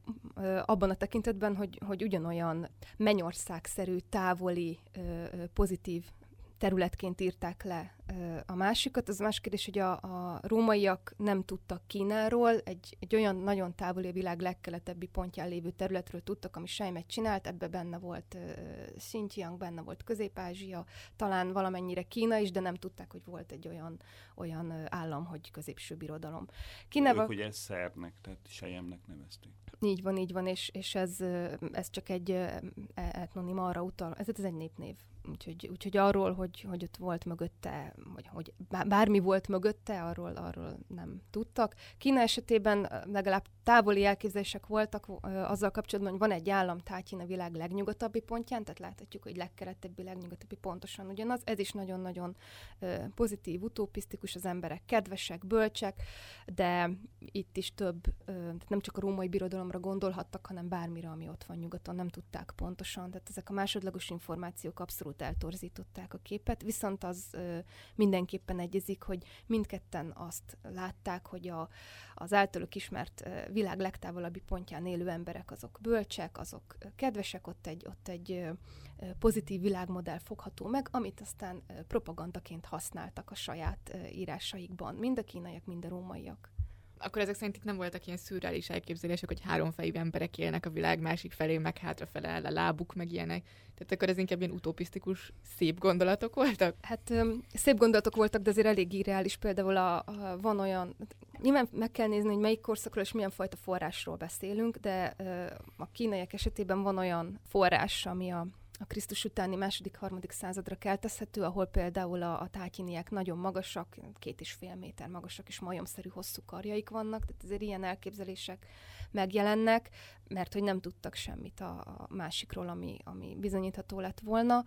abban a tekintetben, hogy ugyanolyan mennyországszerű, távoli, pozitív területként írták le a másikat. Az más kérdés, hogy a rómaiak nem tudtak Kínáról, egy olyan nagyon távoli, a világ legkeletebbi pontján lévő területről tudtak, ami Sejmet csinált, ebbe benne volt Xinjiang, benne volt Közép-Ázsia, talán valamennyire Kína is, de nem tudták, hogy volt egy olyan állam, hogy középső birodalom. Ők ugye Szernek, tehát Sejemnek nevezték. Így van, és ez csak egy etnonim arra utal, ez egy népnév. Úgyhogy arról, hogy ott volt mögötte, vagy hogy bármi volt mögötte, arról nem tudtak. Kína esetében legalább távoli elképzelések voltak azzal kapcsolatban, hogy van egy állam Tájin a világ legnyugatabbi pontján, tehát láthatjuk, hogy legkeletebbi, legnyugatabbi pontosan ugyanaz. Ez is nagyon-nagyon pozitív, utopisztikus, az emberek kedvesek, bölcsek, de itt is több, nem csak a római birodalomra gondolhattak, hanem bármire, ami ott van nyugaton, nem tudták pontosan. Tehát ezek a másodlagos információk abszolút eltorzították a képet, viszont az mindenképpen egyezik, hogy mindketten azt látták, hogy az általuk ismert világ legtávolabbi pontján élő emberek azok bölcsek, azok kedvesek, ott egy pozitív világmodell fogható meg, amit aztán propagandaként használtak a saját írásaikban, mind a kínaiak, mind a rómaiak. Akkor ezek szerint itt nem voltak ilyen szürreális elképzelések, hogy háromfejű emberek élnek a világ másik felé, meg hátrafele áll a lábuk, meg ilyenek. Tehát akkor ez inkább ilyen utopisztikus, szép gondolatok voltak? Hát szép gondolatok voltak, de azért elég irreális. Például van olyan, nyilván meg kell nézni, hogy melyik korszakról és milyen fajta forrásról beszélünk, de a kínaiak esetében van olyan forrás, ami a Krisztus utáni 2.-3. századra keltezhető, ahol például a tájiniek nagyon magasak, 2,5 méter magasak, és majomszerű hosszú karjaik vannak, tehát azért ilyen elképzelések megjelennek, mert hogy nem tudtak semmit a másikról, ami bizonyítható lett volna,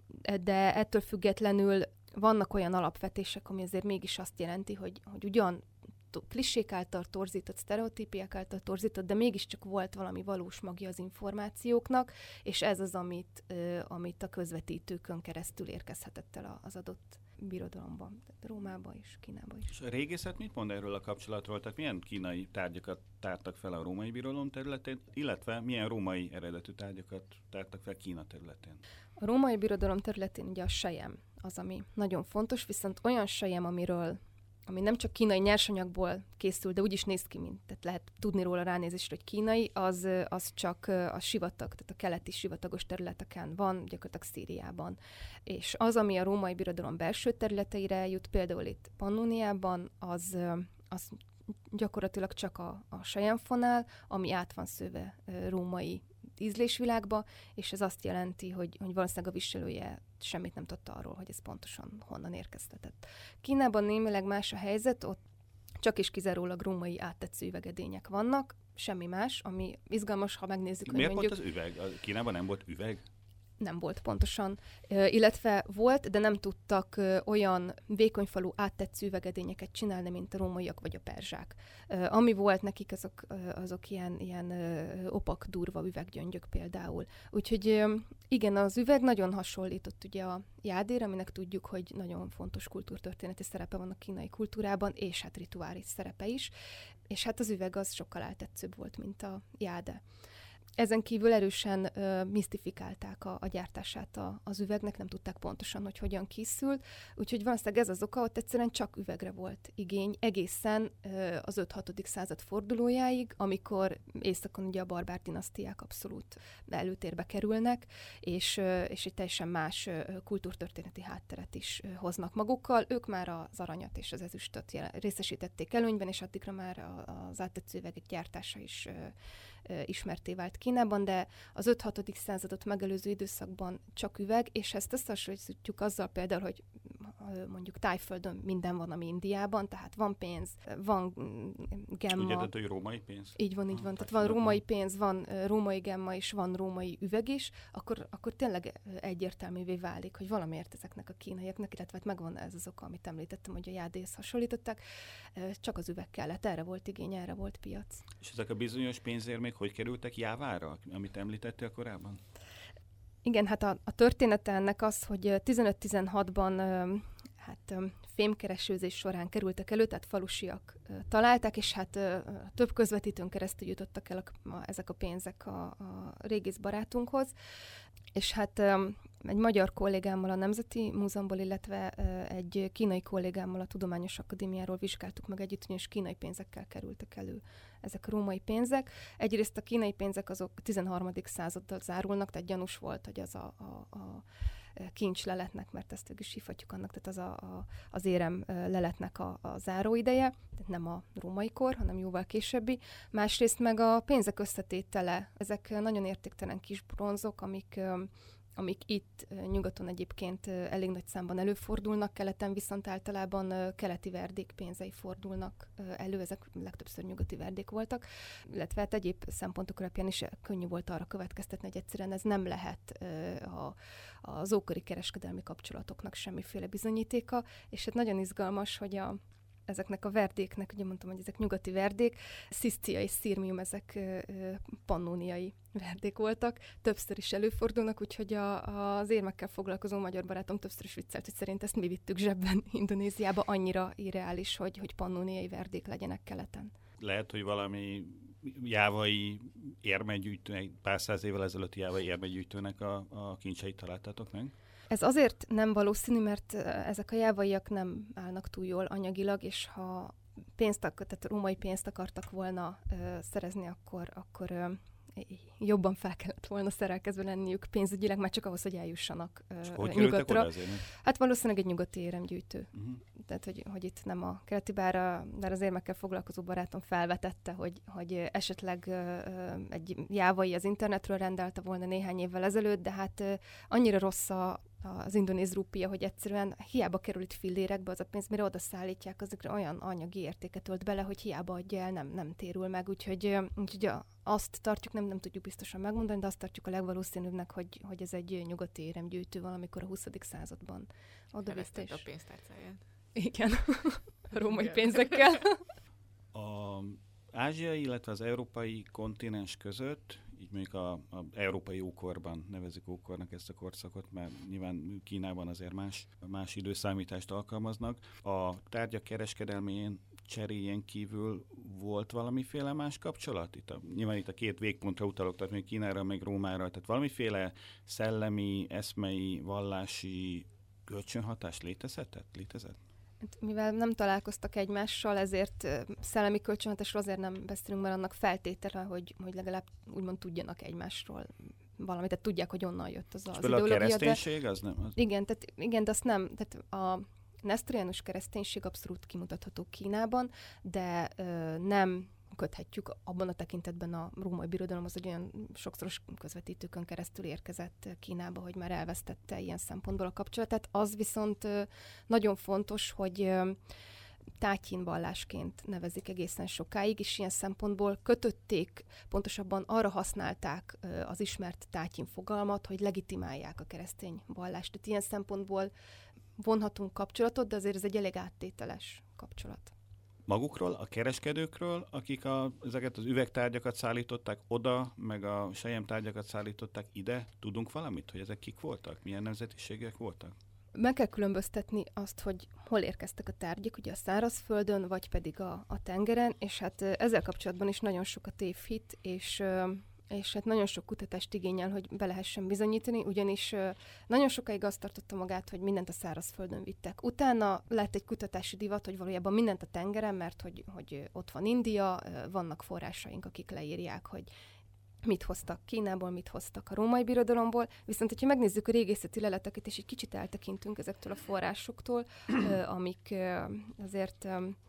de ettől függetlenül vannak olyan alapvetések, ami azért mégis azt jelenti, hogy ugyan klisék által torzított, sztereotípiák által torzított, de mégiscsak volt valami valós magja az információknak, és ez az, amit a közvetítőkön keresztül érkezhetett el az adott birodalomban, Rómába és Kínába is. És a régészet mit mond erről a kapcsolatról? Tehát milyen kínai tárgyakat tártak fel a római birodalom területén, illetve milyen római eredetű tárgyakat tártak fel Kína területén? A római birodalom területén ugye a sejem az, ami nagyon fontos, viszont olyan sejem, ami nem csak kínai nyersanyagból készül, de úgy is néz ki, tehát lehet tudni róla ránézésre, hogy kínai, az csak a sivatag, tehát a keleti sivatagos területeken van, gyakorlatilag Szíriában. És az, ami a római birodalom belső területeire eljut, például itt Pannóniában, az gyakorlatilag csak a selyemfonál, ami át van szőve római ízlésvilágba, és ez azt jelenti, hogy valószínűleg a viselője semmit nem tudta arról, hogy ez pontosan honnan érkeztetett. Kínában némileg más a helyzet, ott csak is kizárólag római áttetsző üvegedények vannak, semmi más, ami izgalmas, ha megnézzük, miért hogy mondjuk... Miért pont az üveg? Kínában nem volt üveg? Nem volt pontosan, illetve volt, de nem tudtak olyan vékonyfalú áttetsző üvegedényeket csinálni, mint a rómaiak vagy a perzsák. Ami volt nekik, azok ilyen opak, durva üveggyöngyök például. Úgyhogy igen, az üveg nagyon hasonlított ugye a jádéra, aminek tudjuk, hogy nagyon fontos kultúrtörténeti szerepe van a kínai kultúrában, és hát rituális szerepe is, és hát az üveg az sokkal áttetszőbb volt, mint a jáde. Ezen kívül erősen misztifikálták a gyártását az üvegnek, nem tudták pontosan, hogy hogyan készült, úgyhogy valószínűleg ez az oka, ott egyszerűen csak üvegre volt igény, egészen az 5-6. század fordulójáig, amikor északon ugye a barbár dinasztiák abszolút előtérbe kerülnek, és egy teljesen más kultúrtörténeti hátteret is hoznak magukkal. Ők már az aranyat és az ezüstöt részesítették előnyben, és addigra már az áttetsző üvegek gyártása is ismertté vált Kínában, de az 5-6. századot megelőző időszakban csak üveg, és ezt összehasonlítjuk azzal például, hogy mondjuk Tájföldön minden van, ami Indiában, tehát van pénz, van gemma. Ugye, hogy római pénz? Így van. Tehát van római pénz, van római gemma, és van római üveg is, akkor tényleg egyértelművé válik, hogy valamiért ezeknek a kínaiaknak, illetve hát megvan ez az oka, amit említettem, hogy a jádéhez hasonlították, csak az üveg kellett, erre volt igény, erre volt piac. És ezek a bizonyos pénzérmék hogy kerültek Jávára, amit említettél korábban? Igen, hát a története ennek az, hogy 15-16-ban fémkeresőzés során kerültek elő, tehát falusiak találták, és hát több közvetítőn keresztül jutottak el ezek a pénzek a régész barátunkhoz, és hát egy magyar kollégámmal a Nemzeti Múzeumból, illetve egy kínai kollégámmal a Tudományos Akadémiáról vizsgáltuk meg együtt, hogy kínai pénzekkel kerültek elő ezek a római pénzek. Egyrészt a kínai pénzek azok 13. századdal zárulnak, tehát gyanús volt, hogy az a kincsleletnek, mert ezt is hívhatjuk annak, tehát az érem leletnek a záróideje, tehát nem a római kor, hanem jóval későbbi. Másrészt meg a pénzek összetétele, ezek nagyon értéktelen kis bronzok, amik itt nyugaton egyébként elég nagy számban előfordulnak, keleten viszont általában keleti verdék pénzei fordulnak elő, ezek legtöbbször nyugati verdék voltak, illetve hát egyéb szempontok alapján is könnyű volt arra következtetni, hogy egyszerűen ez nem lehet az ókori kereskedelmi kapcsolatoknak semmiféle bizonyítéka, és hát nagyon izgalmas, hogy ezeknek a verdéknek, ugye mondtam, hogy ezek nyugati verdék, Sziszcia és Szirmium, ezek pannóniai verdék voltak, többször is előfordulnak, úgyhogy az érmekkel foglalkozó magyar barátom többször is viccelt, hogy szerint ezt mi vittük zsebben Indonéziába, annyira irreális, hogy pannóniai verdék legyenek keleten. Lehet, hogy valami jávai érmegyűjtőnek, pár száz évvel ezelőtti jávai érmegyűjtőnek a kincseit találtátok meg? Ez azért nem valószínű, mert ezek a jávaiak nem állnak túl jól anyagilag, és ha tehát római pénzt akartak volna szerezni, akkor jobban fel kellett volna szerelkezve lenniük pénzügyileg, már csak ahhoz, hogy eljussanak nyugatra. Hát valószínűleg egy nyugati éremgyűjtő. Tehát, hogy itt nem a keleti, bár az érmekkel foglalkozó barátom felvetette, hogy esetleg egy jávai az internetről rendelte volna néhány évvel ezelőtt, de hát annyira rossz az indonéz rúpia, hogy egyszerűen hiába kerül itt fillérekbe az a pénz, mire oda szállítják, azokra olyan anyagi értéket ölt bele, hogy hiába adja el, nem térül meg. Úgyhogy azt tartjuk, nem tudjuk biztosan megmondani, de azt tartjuk a legvalószínűbbnek, hogy ez egy nyugati éremgyűjtő valamikor a 20. században oda vitte is. A pénztárcáját. Igen, a római pénzekkel. Az ázsiai, illetve az európai kontinens között, így mondjuk az európai ókorban nevezik ókornak ezt a korszakot, mert nyilván Kínában azért más időszámítást alkalmaznak. A tárgyak kereskedelmén cseréjén kívül volt valamiféle más kapcsolat? Nyilván itt a két végpontra utalok, tehát még Kínára, még Rómára, tehát valamiféle szellemi, eszmei, vallási kölcsönhatás létezett? Mivel nem találkoztak egymással, ezért szellemi kölcsönhatásról azért nem beszélünk, mert annak feltétele, hogy legalább úgymond tudjanak egymásról valamit, tehát tudják, hogy onnan jött az ideológia. A kereszténység az nem? Az... Igen, de azt nem, tehát a nesztoriánus kereszténység abszolút kimutatható Kínában, de nem köthetjük abban a tekintetben a római birodalom, az egy olyan sokszoros közvetítőkön keresztül érkezett Kínába, hogy már elvesztette ilyen szempontból a kapcsolatát. Az viszont nagyon fontos, hogy tátyin vallásként nevezik egészen sokáig, és ilyen szempontból kötötték, pontosabban arra használták az ismert tátyin fogalmat, hogy legitimálják a keresztény vallást. Tehát ilyen szempontból vonhatunk kapcsolatot, de azért ez egy elég áttételes kapcsolat. Magukról, a kereskedőkről, akik ezeket az üvegtárgyakat szállították oda, meg a selyemtárgyakat szállították ide, tudunk valamit, hogy ezek kik voltak? Milyen nemzetiségek voltak? Meg kell különböztetni azt, hogy hol érkeztek a tárgyak, ugye a szárazföldön, vagy pedig a tengeren, és hát ezzel kapcsolatban is nagyon sok a tévhit, és hát nagyon sok kutatást igényel, hogy be lehessen bizonyítani, ugyanis nagyon sokáig azt tartotta magát, hogy mindent a szárazföldön vittek. Utána lett egy kutatási divat, hogy valójában mindent a tengeren, mert hogy ott van India, vannak forrásaink, akik leírják, hogy mit hoztak Kínából, mit hoztak a római birodalomból, viszont hogyha megnézzük a régészeti leleteket, és egy kicsit eltekintünk ezektől a forrásoktól, amik azért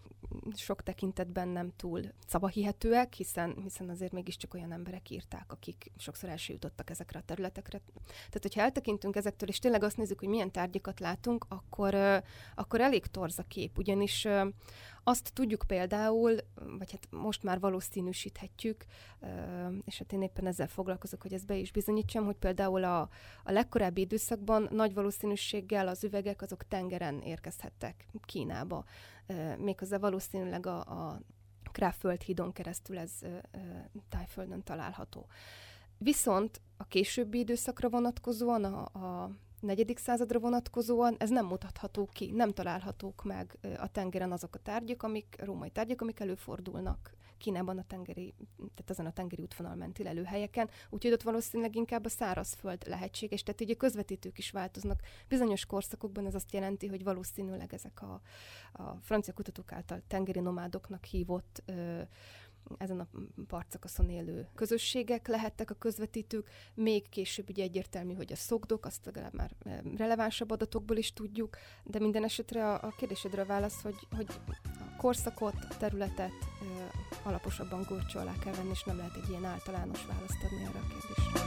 sok tekintetben nem túl szavahihetőek, hiszen azért mégiscsak olyan emberek írták, akik sokszor el se jutottak ezekre a területekre. Tehát, hogyha eltekintünk ezektől, és tényleg azt nézzük, hogy milyen tárgyakat látunk, akkor elég torz a kép, ugyanis azt tudjuk például, vagy hát most már valószínűsíthetjük, és hát én éppen ezzel foglalkozok, hogy ezt be is bizonyítsam, hogy például a legkorábbi időszakban nagy valószínűséggel az üvegek azok tengeren érkezhettek Kínába. Méghozzá valószínűleg a Kráföld hídon keresztül ez Tájföldön található. Viszont a későbbi időszakra vonatkozóan, a 4. századra vonatkozóan ez nem mutatható ki, nem találhatók meg a tengeren azok a tárgyak, római tárgyak, amik előfordulnak Kínában tehát ezen a tengeri útvonal menti lelőhelyeken, úgyhogy ott valószínűleg inkább a szárazföld lehetséges, tehát így a közvetítők is változnak. Bizonyos korszakokban ez azt jelenti, hogy valószínűleg ezek a francia kutatók által tengeri nomádoknak hívott ezen a partszakaszon élő közösségek lehettek a közvetítők. Még később ugye egyértelmű, hogy a szogdok, azt legalább már relevánsabb adatokból is tudjuk, de minden esetre a kérdésedre a válasz, hogy a korszakot, a területet alaposabban górcső alá kell venni, és nem lehet egy ilyen általános választ adni erre a kérdésre.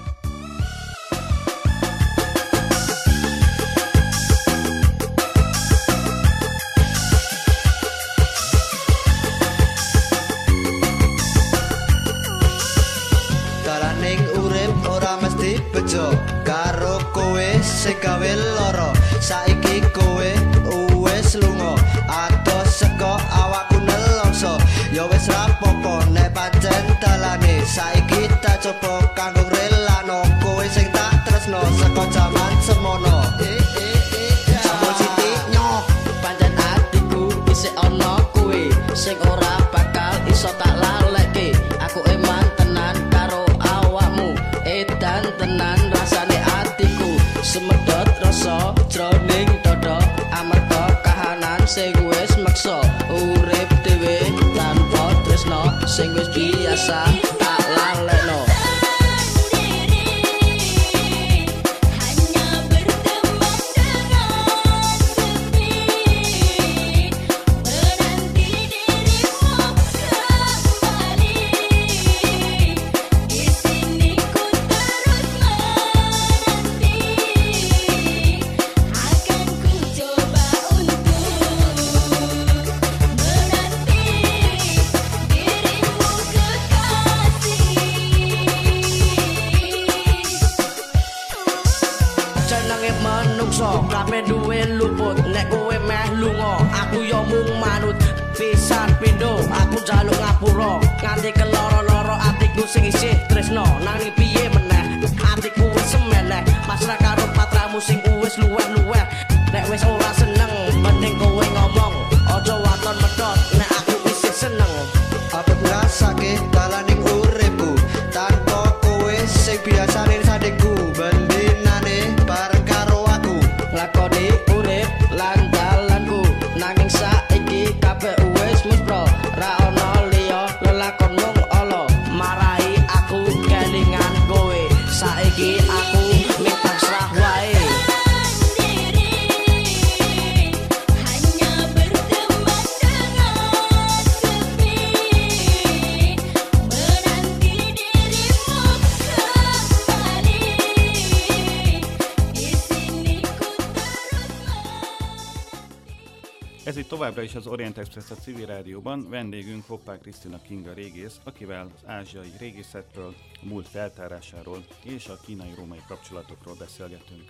Bejo karo kowe sing gawe lara saiki kowe wis lunga adoh saka awakku nelongso ya wis rapopo nek pancen dalane saiki tak coba kanggo relano kowe sing tak tresno saka jaman semono Sampun siti nyoh pancen atiku isih ana kowe sing ora bakal iso tak laleke aku eman tenan karo awakmu edan tenan rasane atiku semedot rasa jroning dada amarga kahanan sing wis meksa urip dhewe tanpa tresno sing wis biasa tak lalekno kabeh duwe luput nek kowe meh lunga aku yo mung manut pisan pindho aku njaluk ngapura nganti keloro-loro atiku sing isih tresno nanging piye meneh atiku wis semeleh pasrah karo patramu sing wis luweh-luweh nek wis ora seneng mending kowe ngomong aja waton medhot nek aku isih seneng aku ngrasake dalaning uripku tanpa kowe sing biasane sadengku bendinane bareng karo aku lakoni urip lan dalanku nanging saiki kabeh wis muspro ra ono liya lelakon mung ala marai aku kelingan Továbbra is az Orient Express a civil rádióban, vendégünk Hoppá Krisztina Kinga régész, akivel az ázsiai régészetről, a múlt feltárásáról és a kínai-római kapcsolatokról beszélgetünk.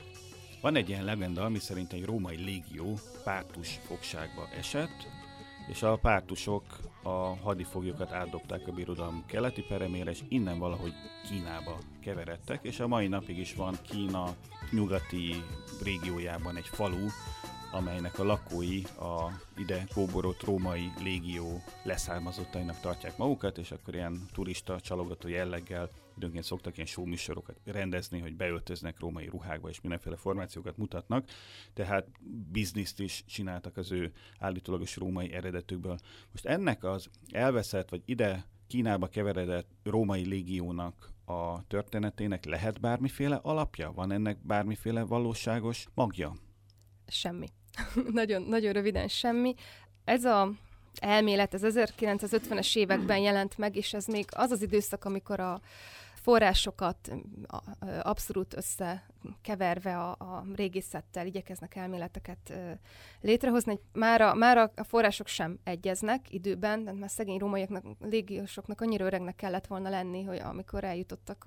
Van egy ilyen legenda, ami szerint egy római légió pártus fogságba esett, és a pártusok a hadifoglyokat átdobták a birodalom keleti peremére, és innen valahogy Kínába keveredtek, és a mai napig is van Kína nyugati régiójában egy falu, amelynek a lakói a ide kóborolt római légió leszármazottainak tartják magukat, és akkor ilyen turista, csalogató jelleggel időnként szoktak ilyen showműsorokat rendezni, hogy beöltöznek római ruhákba, és mindenféle formációkat mutatnak, tehát bizniszt is csináltak az ő állítólagos római eredetükből. Most ennek az elveszett, vagy ide Kínába keveredett római légiónak a történetének lehet bármiféle alapja? Van ennek bármiféle valóságos magja? Semmi. Nagyon, nagyon röviden semmi. Ez az elmélet, ez 1950-es években jelent meg, és ez még az az időszak, amikor a forrásokat abszolút összekeverve a régészettel igyekeznek elméleteket létrehozni. Már a források sem egyeznek időben, de már szegény rómaiaknak, légiósoknak annyira öregnek kellett volna lenni, hogy amikor eljutottak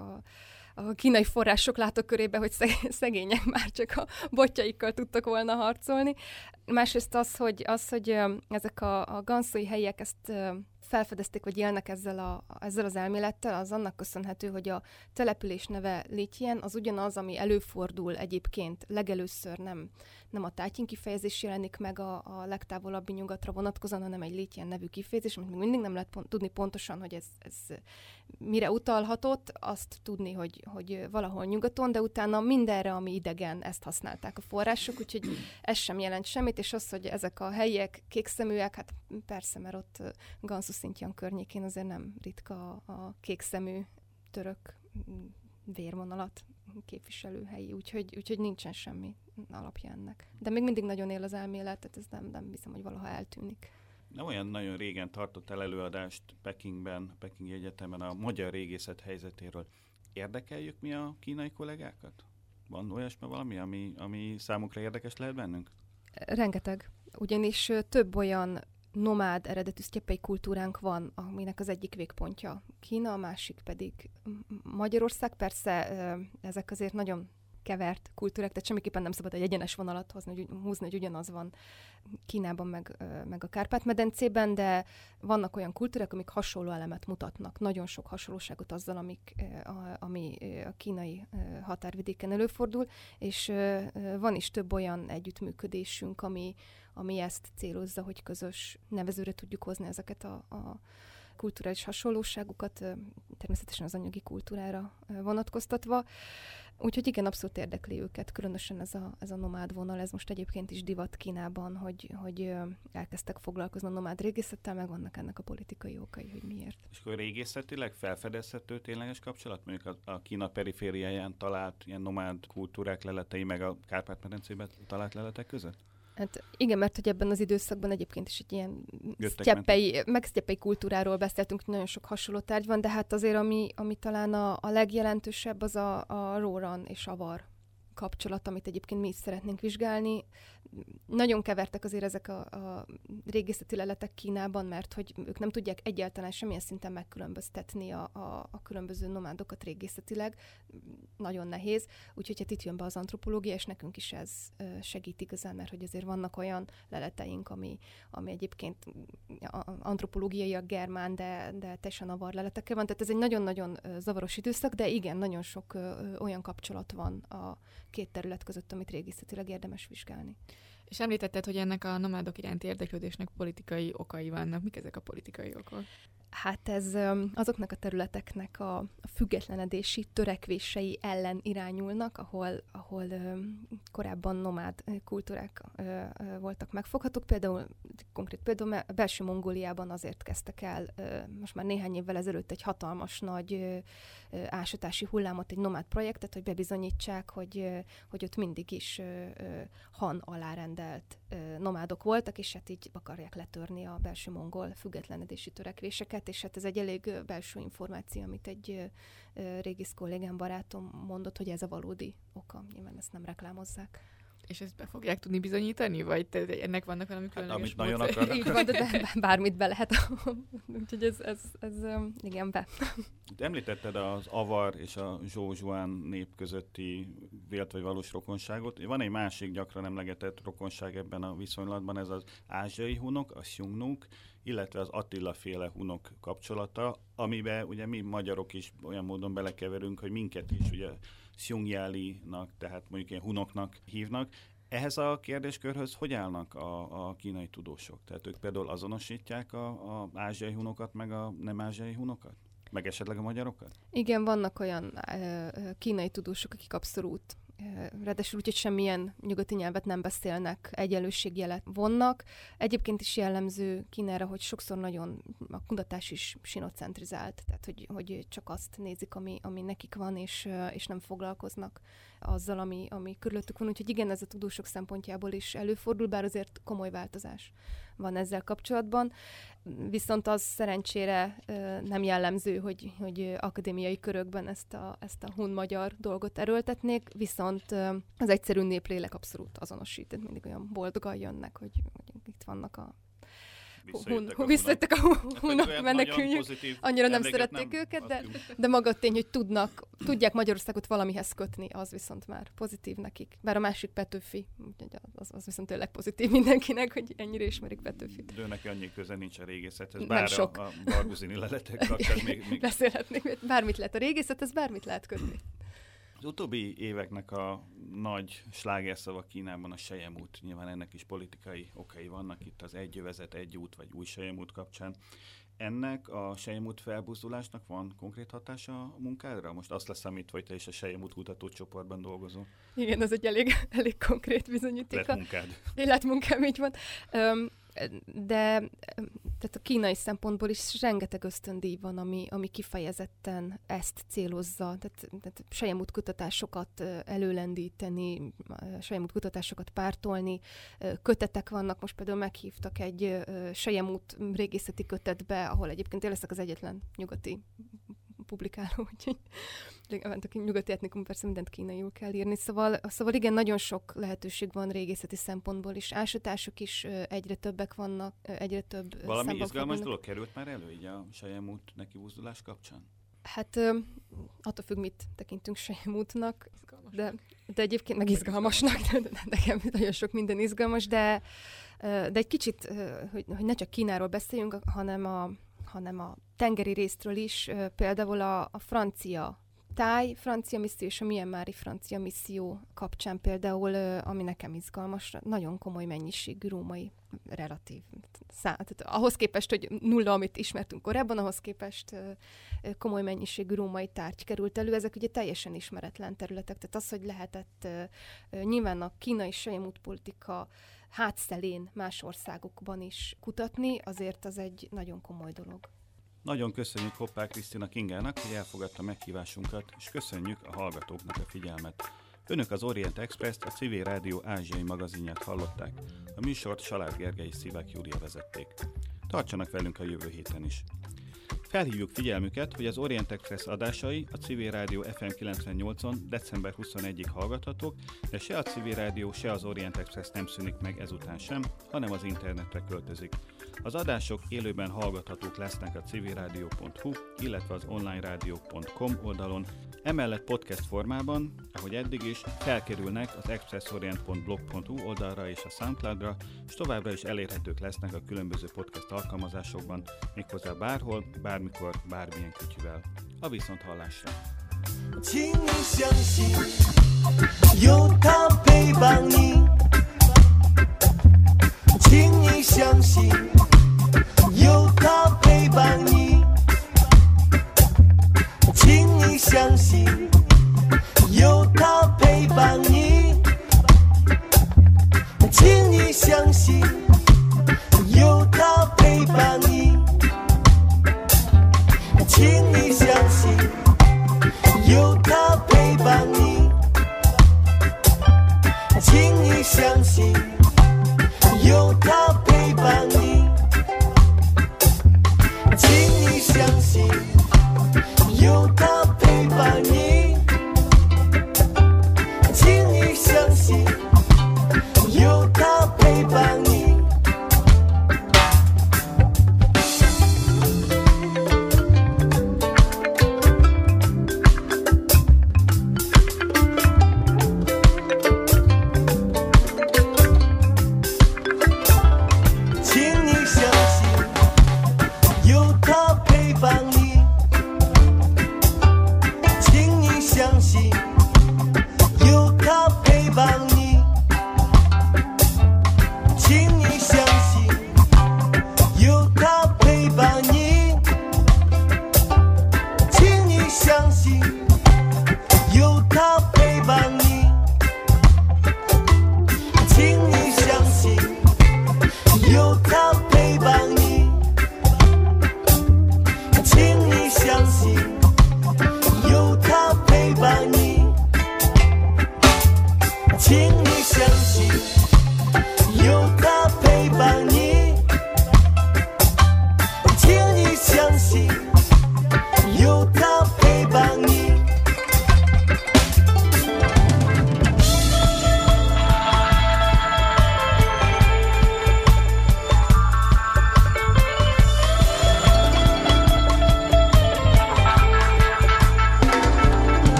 a kínai források látókörébe, hogy szegények már csak a botjaikkal tudtak volna harcolni. Másrészt az, hogy ezek a ganszói helyiek ezt felfedezték, vagy élnek ezzel az elmélettel, az annak köszönhető, hogy a település neve Litjen az ugyanaz, ami előfordul egyébként legelőször nem a Tájtin kifejezés jelenik meg a legtávolabbi nyugatra vonatkozóan, hanem egy Litjen nevű kifejezés, amit még mindig nem lehet tudni pontosan, hogy ez mire utalhatott, azt tudni, hogy valahol nyugaton, de utána mindenre, ami idegen, ezt használták a források, úgyhogy ez sem jelent semmit, és az, hogy ezek a helyiek kékszeműek, hát persze, mert ott Gansu Szintjan környékén azért nem ritka a kékszemű török vérvonalat képviselő helyi, úgyhogy nincsen semmi alapja ennek. De még mindig nagyon él az elmélet, tehát ez nem hiszem, hogy valaha eltűnik. Nem olyan nagyon régen tartott el előadást Pekingi Egyetemen a magyar régészet helyzetéről. Érdekeljük mi a kínai kollégákat? Van olyasmi valami, ami számukra érdekes lehet bennünk? Rengeteg. Ugyanis több olyan nomád eredetű sztyeppei kultúránk van, aminek az egyik végpontja Kína, a másik pedig Magyarország. Persze ezek azért nagyon kevert kultúrák, tehát semmiképpen nem szabad egy egyenes vonalat húzni, hogy ugyanaz van Kínában, meg a Kárpát-medencében, de vannak olyan kultúrák, amik hasonló elemet mutatnak. Nagyon sok hasonlóságot azzal, ami a kínai határvidéken előfordul, és van is több olyan együttműködésünk, ami ezt célozza, hogy közös nevezőre tudjuk hozni ezeket a kulturális hasonlóságokat, természetesen az anyagi kultúrára vonatkoztatva. Úgyhogy igen, abszolút érdekli őket, különösen ez a nomád vonal, ez most egyébként is divat Kínában, hogy elkezdtek foglalkozni a nomád régészettel, meg vannak ennek a politikai okai, hogy miért. És akkor régészetileg felfedezhető tényleges kapcsolat, mondjuk a Kína perifériáján talált ilyen nomád kultúrák leletei, meg a Kárpát-medencében talált leletek között? Hát igen, mert hogy ebben az időszakban egyébként is egy ilyen sztyeppei kultúráról beszéltünk, nagyon sok hasonló tárgy van, de hát azért, ami talán a legjelentősebb, az a róran és avar kapcsolat, amit egyébként mi is szeretnénk vizsgálni. Nagyon kevertek azért ezek a régészeti leletek Kínában, mert hogy ők nem tudják egyáltalán semmilyen szinten megkülönböztetni a különböző nomádokat régészetileg. Nagyon nehéz, úgyhogy hát itt jön be az antropológia, és nekünk is ez segít igazán, mert hogy azért vannak olyan leleteink, ami egyébként antropológiaiak germán, de teljesen avar leletekkel van. Tehát ez egy nagyon-nagyon zavaros időszak, de igen, nagyon sok olyan kapcsolat van a két terület között, amit régészetileg érdemes vizsgálni. És említetted, hogy ennek a nomádok iránti érdeklődésnek politikai okai vannak. Mik ezek a politikai okok? Hát ez azoknak a területeknek a függetlenedési törekvései ellen irányulnak, ahol korábban nomád kultúrák voltak megfoghatók. Konkrét például a belső Mongóliában azért kezdtek el most már néhány évvel ezelőtt egy hatalmas nagy ásatási hullámot, egy nomád projektet, hogy bebizonyítsák, hogy ott mindig is han alárendelt nomádok voltak, és hát így akarják letörni a belső mongol függetlenedési törekvéseket, és hát ez egy elég belső információ, amit egy régész kollégám, barátom mondott, hogy ez a valódi oka. Nyilván ezt nem reklámozzák. És ezt be fogják tudni bizonyítani? Vagy ennek vannak valami különleges amit nagyon módszerek? akarnak. Így van, de bármit be lehet. Úgyhogy ez igen, be. Említetted az avar és a zsózsuán nép közötti vélt vagy valós rokonságot. Van egy másik gyakran emlegetett rokonság ebben a viszonylatban, ez az ázsiai hunok, a xiungnuk, illetve az Attila-féle hunok kapcsolata, amiben ugye mi magyarok is olyan módon belekeverünk, hogy minket is ugye xiongjálinak, tehát mondjuk ilyen hunoknak hívnak. Ehhez a kérdéskörhöz hogy állnak a kínai tudósok? Tehát ők például azonosítják az ázsiai hunokat, meg a nem ázsiai hunokat? Meg esetleg a magyarokat? Igen, vannak olyan kínai tudósok, akik abszolút ráadásul úgy, hogy semmilyen nyugati nyelvet nem beszélnek, egyenlőségjelet vonnak. Egyébként is jellemző Kínára, hogy sokszor nagyon a kutatás is sinocentrizált, tehát hogy csak azt nézik, ami nekik van, és nem foglalkoznak azzal, ami körülöttük van. Úgyhogy igen, ez a tudósok szempontjából is előfordul, bár azért komoly változás van ezzel kapcsolatban. Viszont az szerencsére nem jellemző, hogy akadémiai körökben ezt a hun-magyar dolgot erőltetnék, viszont az egyszerű néplélek abszolút azonosít, mindig olyan boldogan jönnek, hogy itt vannak a visszajöttek a hunok menekülők, annyira nem szerették őket, de maga a tény, hogy tudják Magyarországot valamihez kötni, az viszont már pozitív nekik. Bár a másik Petőfi, az viszont tényleg pozitív mindenkinek, hogy ennyire ismerik Petőfit. De neki annyi köze nincs a régészethez, bár sok. A barguzini leletek kapcsán még... Beszélhetnék, bármit lehet a régészethez, bármit lehet kötni. Az utóbbi éveknek a nagy slágerszava Kínában a selyemút. Nyilván ennek is politikai okai vannak itt az egy övezet, egy út vagy új selyemút kapcsán. Ennek a selyemút felbuzdulásnak van konkrét hatása a munkádra? Most azt leszámítva, hogy te is a selyemút kutatócsoportban dolgozol. Igen, az egy elég konkrét bizonyíték. Életmunkád. Életmunkám, így van. De tehát a kínai szempontból is rengeteg ösztöndíj van, ami kifejezetten ezt célozza. Tehát selyemút kutatásokat előlendíteni, selyemút kutatásokat pártolni. Kötetek vannak, most például meghívtak egy selyemút régészeti kötetbe, ahol egyébként én leszek az egyetlen nyugati publikáló, úgyhogy nyugati etnikum, persze mindent kínaiul kell írni. Szóval igen, nagyon sok lehetőség van régészeti szempontból is. Ásatások is egyre többek vannak, egyre több valami izgalmas dolog került már elő így a selyemút nekibuzdulás kapcsán? Hát attól függ, mit tekintünk selyemútnak, de egyébként meg izgalmasnak, de nekem nagyon sok minden izgalmas, de egy kicsit, hogy ne csak Kínáról beszéljünk, hanem a tengeri részről is, például a francia misszió és a Myanmari francia misszió kapcsán például, ami nekem izgalmas, nagyon komoly mennyiségű római relatív. Tehát ahhoz képest, hogy nulla, amit ismertünk korábban, ahhoz képest komoly mennyiségű római tárgy került elő. Ezek ugye teljesen ismeretlen területek. Tehát az, hogy lehetett nyilván a kínai selyemút politika hátszelén más országokban is kutatni, azért az egy nagyon komoly dolog. Nagyon köszönjük Hoppá Krisztina Kingának, hogy elfogadta meghívásunkat, és köszönjük a hallgatóknak a figyelmet. Önök az Orient Express-t, a Civil Rádió ázsiai magazinját hallották. A műsort Salád Gergely és Szivák Júlia vezették. Tartsanak velünk a jövő héten is. Felhívjuk figyelmüket, hogy az Orient Express adásai a Civil Rádió FM 98-on december 21-ig hallgathatók, de se a Civil Rádió, se az Orient Express nem szűnik meg ezután sem, hanem az internetre költözik. Az adások élőben hallgathatók lesznek a civilradio.hu, illetve az onlineradio.com oldalon. Emellett podcast formában, ahogy eddig is, felkerülnek az expressorient.blog.hu oldalra és a SoundCloudra, és továbbra is elérhetők lesznek a különböző podcast alkalmazásokban, méghozzá bárhol, bármikor, bármilyen kütyüvel. A viszonthallásra! 请你相信，有他陪伴你。请你相信，有他陪伴你。请你相信。